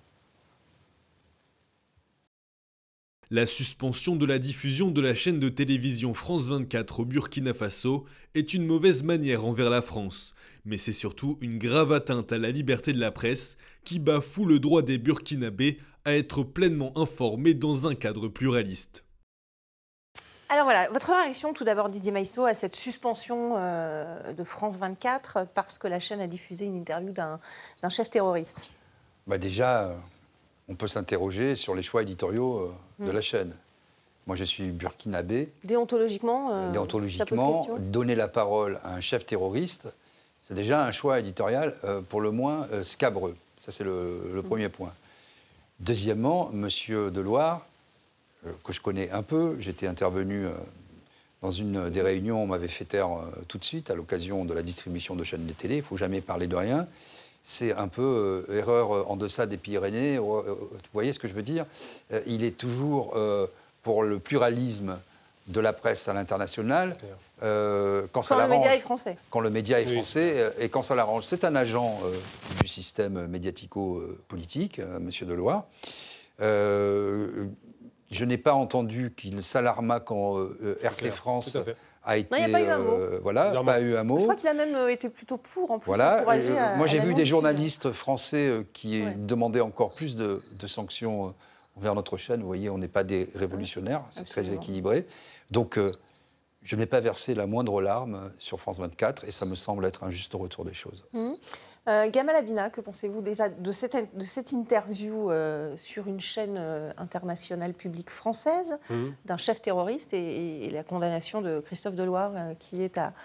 Speaker 10: La suspension de la diffusion de la chaîne de télévision France vingt-quatre au Burkina Faso est une mauvaise manière envers la France. Mais c'est surtout une grave atteinte à la liberté de la presse qui bafoue le droit des Burkinabés à être pleinement informés dans un cadre pluraliste.
Speaker 1: Alors voilà, votre réaction tout d'abord Didier Maïsto à cette suspension euh, de France vingt-quatre parce que la chaîne a diffusé une interview d'un, d'un chef terroriste.
Speaker 4: Bah déjà, euh, on peut s'interroger sur les choix éditoriaux euh, mmh. de la chaîne. Moi, je suis burkinabé.
Speaker 1: Déontologiquement, euh,
Speaker 4: Déontologiquement, donner la parole à un chef terroriste, c'est déjà un choix éditorial euh, pour le moins euh, scabreux. Ça, c'est le, le mmh. premier point. Deuxièmement, M. Deloire, euh, que je connais un peu, j'étais intervenu euh, dans une des réunions, on m'avait fait taire euh, tout de suite à l'occasion de la distribution de chaînes de télé. Il ne faut jamais parler de rien. C'est un peu euh, erreur en deçà des Pyrénées. Euh, vous voyez ce que je veux dire ? euh, Il est toujours euh, pour le pluralisme de la presse à l'international.
Speaker 1: Euh, quand, quand ça le média est français.
Speaker 4: Quand le média est oui. français euh, et quand ça l'arrange. C'est un agent euh, du système médiatico-politique, euh, M. Deloire. Euh, je n'ai pas entendu qu'il s'alarma quand euh, R T France a été...
Speaker 1: Non, il n'y a pas eu un mot.
Speaker 4: Euh, voilà, pas eu un mot.
Speaker 1: Je crois qu'il a même euh, été plutôt pour, en plus,
Speaker 4: voilà.
Speaker 1: encouragé
Speaker 4: euh,
Speaker 1: à...
Speaker 4: Moi, j'ai
Speaker 1: à
Speaker 4: vu des journalistes français euh, qui
Speaker 1: ouais.
Speaker 4: demandaient encore plus de, de sanctions vers notre chaîne. Vous voyez, on n'est pas des révolutionnaires,
Speaker 1: Oui,
Speaker 4: c'est
Speaker 1: absolument.
Speaker 4: très équilibré. Donc, euh, je n'ai pas versé la moindre larme sur France vingt-quatre et ça me semble être un juste retour des choses.
Speaker 1: Mmh. Euh, Gamal Abina, que pensez-vous déjà de cette, de cette interview euh, sur une chaîne euh, internationale publique française mmh. d'un chef terroriste et, et, et la condamnation de Christophe Deloire euh, qui est à,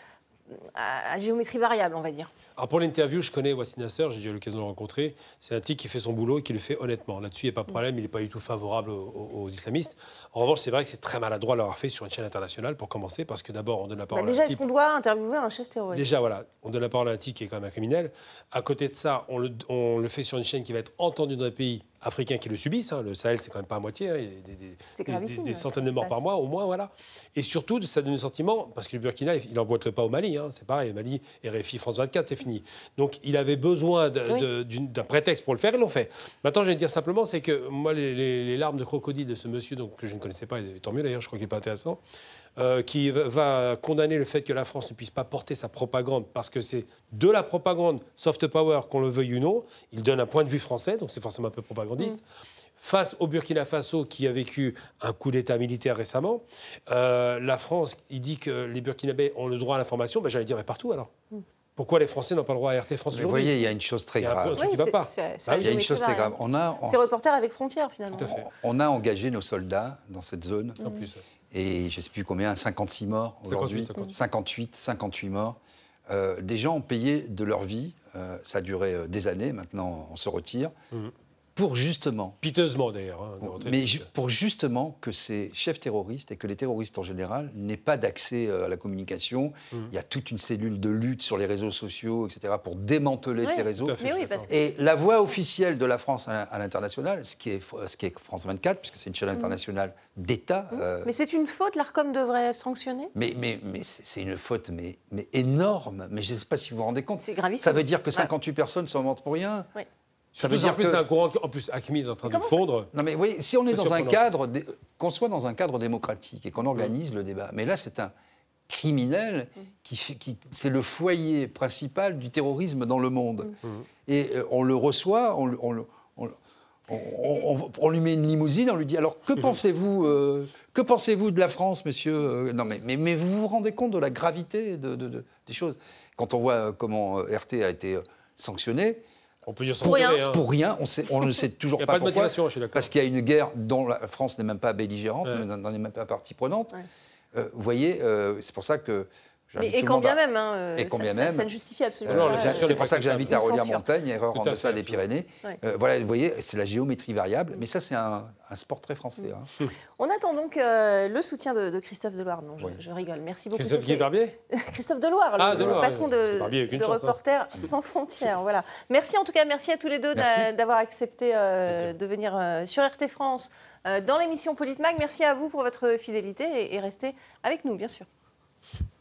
Speaker 1: à, à géométrie variable, on va dire?
Speaker 5: Alors pour l'interview, je connais Wassim Nasser, j'ai déjà eu l'occasion de le rencontrer. C'est un type qui fait son boulot et qui le fait honnêtement. Là-dessus, il n'y a pas de problème, il n'est pas du tout favorable aux, aux, aux islamistes. En revanche, c'est vrai que c'est très maladroit de l'avoir fait sur une chaîne internationale, pour commencer, parce que d'abord, on donne la parole
Speaker 1: bah déjà,
Speaker 5: à un
Speaker 1: est-ce
Speaker 5: type...
Speaker 1: qu'on doit interviewer un chef terroriste?
Speaker 5: Déjà, voilà, on donne la parole à un type qui est quand même un criminel. À côté de ça, on le, on le fait sur une chaîne qui va être entendue dans des pays africains qui le subissent. Hein. Le Sahel, c'est quand même pas à moitié. Hein. Il y a des, des, des, des, des centaines de morts par mois, au moins, voilà. Et surtout, ça donne le sentiment, parce que le Burkina, il n'emboîte le pas au Mali. Hein. C'est pareil, Mali, R F I, France vingt-quatre, c'est fini. Donc, il avait besoin de, oui. de, d'un prétexte pour le faire, ils l'ont fait. Maintenant, je vais dire simplement, c'est que moi, les, les, les larmes de crocodile de ce monsieur, donc, que je ne connaissais pas, et tant mieux d'ailleurs, je crois qu'il n'est pas intéressant, euh, qui va, va condamner le fait que la France ne puisse pas porter sa propagande, parce que c'est de la propagande soft power, qu'on le veuille ou non. Il donne un point de vue français, donc c'est forcément un peu propagandiste. Mmh. Face au Burkina Faso, qui a vécu un coup d'État militaire récemment, euh, la France, il dit que les Burkinabés ont le droit à l'information, ben, j'allais dire, et partout alors. Mmh. Pourquoi les Français n'ont pas le droit à R T France aujourd'hui?
Speaker 4: Vous voyez, il y a une chose très grave.
Speaker 1: Oui, c'est, c'est, c'est,
Speaker 4: il y a une chose très grave. On a,
Speaker 1: c'est Reporters avec frontières, finalement.
Speaker 4: Tout à fait. On, on a engagé nos soldats dans cette zone.
Speaker 5: En plus.
Speaker 4: Et je ne sais plus combien, cinquante-six morts aujourd'hui.
Speaker 5: cinquante-huit,
Speaker 4: cinquante-huit, cinquante-huit morts. Euh, des gens ont payé de leur vie. Euh, ça a duré euh, des années. Maintenant, on se retire. Mmh. Pour justement...
Speaker 5: Piteusement, d'ailleurs. Hein,
Speaker 4: mais ju- pour justement que ces chefs terroristes et que les terroristes en général n'aient pas d'accès euh, à la communication. Mmh. Il y a toute une cellule de lutte sur les réseaux sociaux, et cetera, pour démanteler
Speaker 1: oui,
Speaker 4: ces réseaux.
Speaker 1: Mais oui, parce que...
Speaker 4: Et la voix officielle de la France à, à l'international, ce qui, est, ce qui est France vingt-quatre, puisque c'est une chaîne internationale mmh. d'État...
Speaker 1: Mmh.
Speaker 4: Euh...
Speaker 1: Mais c'est une faute, l'ARCOM devrait sanctionner?
Speaker 4: Mais, mais, mais c'est, c'est une faute mais, mais énorme. Mais je ne sais pas si vous vous rendez compte.
Speaker 1: C'est gravissime.
Speaker 4: Ça veut dire que cinquante-huit ouais. personnes sont mortes pour rien.
Speaker 1: Oui.
Speaker 5: Ça veut dire en plus, que... c'est un courant en plus, Haqqani est en train de fondre.
Speaker 4: Non, mais vous voyez, si on est dans un cadre, dé... qu'on soit dans un cadre démocratique et qu'on organise mmh. le débat, mais là, c'est un criminel mmh. qui, qui, c'est le foyer principal du terrorisme dans le monde. Mmh. Et euh, on le reçoit, on, on, on, on, on, on lui met une limousine, on lui dit alors que mmh. pensez-vous, euh, que pensez-vous de la France, monsieur? Non, mais, mais, mais vous vous rendez compte de la gravité de, de, de, des choses? Quand on voit comment R T a été sanctionné.
Speaker 5: On peut dire
Speaker 4: pour rien.
Speaker 5: Hein.
Speaker 4: Pour rien, on, sait, on ne sait toujours
Speaker 5: pas,
Speaker 4: pas,
Speaker 5: pas de
Speaker 4: pourquoi.
Speaker 5: Motivation, je suis d'accord.
Speaker 4: Parce qu'il y a une guerre dont la France n'est même pas belligérante, ouais. n'en est même pas partie prenante. Ouais. Euh, vous voyez, euh, c'est pour ça que...
Speaker 1: Mais et quand bien même, hein,
Speaker 4: et quand
Speaker 1: ça,
Speaker 4: bien
Speaker 1: ça,
Speaker 4: même,
Speaker 1: ça ne justifie absolument
Speaker 4: euh,
Speaker 1: pas.
Speaker 4: C'est, c'est pour ça que j'invite à relire Montaigne, Erreur en deçà des Pyrénées. Ouais. Euh, voilà, vous voyez, c'est la géométrie variable, mais ça, c'est un, un sport très français. Hein.
Speaker 1: On attend donc euh, le soutien de, de Christophe Deloire. Non, je, oui. je rigole. Merci beaucoup.
Speaker 5: Christophe Guy-Barbier
Speaker 1: Christophe Deloire, ah, le, Deloire, le patron de,
Speaker 5: Barbier,
Speaker 1: de
Speaker 5: chance,
Speaker 1: Reporters
Speaker 5: hein.
Speaker 1: sans frontières. Voilà. Merci en tout cas, merci à tous les deux d'a, d'avoir accepté euh, de venir euh, sur R T France euh, dans l'émission Politmag. Merci à vous pour votre fidélité et, et restez avec nous, bien sûr.